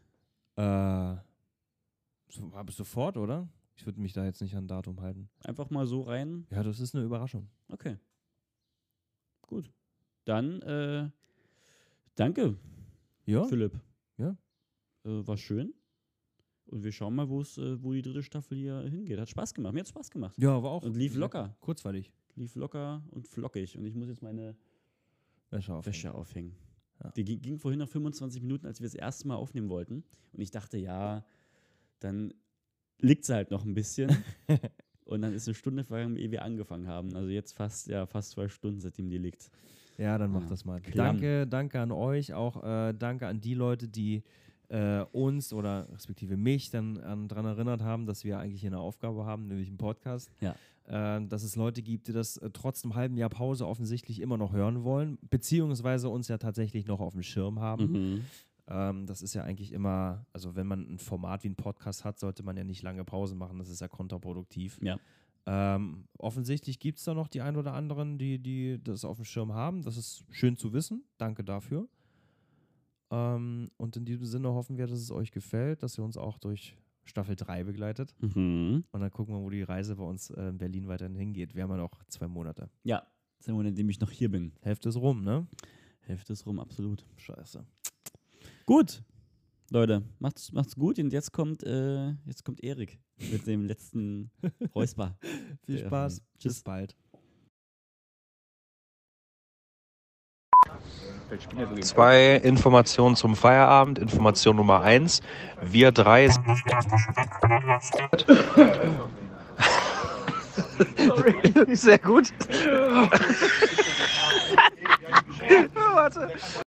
Speaker 1: Sofort, oder? Ich würde mich da jetzt nicht an Datum halten.
Speaker 2: Einfach mal so rein?
Speaker 1: Ja, das ist eine Überraschung.
Speaker 2: Okay. Gut. Dann, danke, Philipp.
Speaker 1: Ja.
Speaker 2: War schön. Und wir schauen mal, wo die dritte Staffel hier hingeht. Hat Spaß gemacht. Mir hat Spaß gemacht.
Speaker 1: Ja, war auch.
Speaker 2: Und lief locker.
Speaker 1: Kurzweilig.
Speaker 2: Lief locker und flockig. Und ich muss jetzt meine Wäsche aufhängen. Ja. Die ging vorhin noch 25 Minuten, als wir das erste Mal aufnehmen wollten. Und ich dachte, ja, dann liegt sie halt noch ein bisschen. Und dann ist eine Stunde vergangen, ehe wir angefangen haben. Also jetzt fast 2 Stunden, seitdem die liegt.
Speaker 1: Ja, dann mach das mal. Danke an euch. Auch danke an die Leute, die uns oder respektive mich dann daran erinnert haben, dass wir eigentlich hier eine Aufgabe haben, nämlich einen Podcast.
Speaker 2: Ja.
Speaker 1: Dass es Leute gibt, die das trotz einem halben Jahr Pause offensichtlich immer noch hören wollen, beziehungsweise uns ja tatsächlich noch auf dem Schirm haben. Das ist ja eigentlich immer, also wenn man ein Format wie ein Podcast hat, sollte man ja nicht lange Pause machen, das ist ja kontraproduktiv.
Speaker 2: Ja.
Speaker 1: Offensichtlich gibt es da noch die ein oder anderen, die das auf dem Schirm haben. Das ist schön zu wissen. Danke dafür. Und in diesem Sinne hoffen wir, dass es euch gefällt, dass ihr uns auch durch Staffel 3 begleitet. Und dann gucken wir, wo die Reise bei uns in Berlin weiterhin hingeht. Wir haben ja noch 2 Monate.
Speaker 2: Ja, 2 Monate, in dem ich noch hier bin.
Speaker 1: Hälfte ist rum, ne?
Speaker 2: Hälfte ist rum, absolut.
Speaker 1: Scheiße.
Speaker 2: Gut, Leute, macht's gut. Und jetzt kommt Erik mit dem letzten Räusper.
Speaker 1: Viel Spaß. Bis bald.
Speaker 3: 2 Informationen zum Feierabend. Information Nummer 1. Wir 3. Sehr gut. Warte.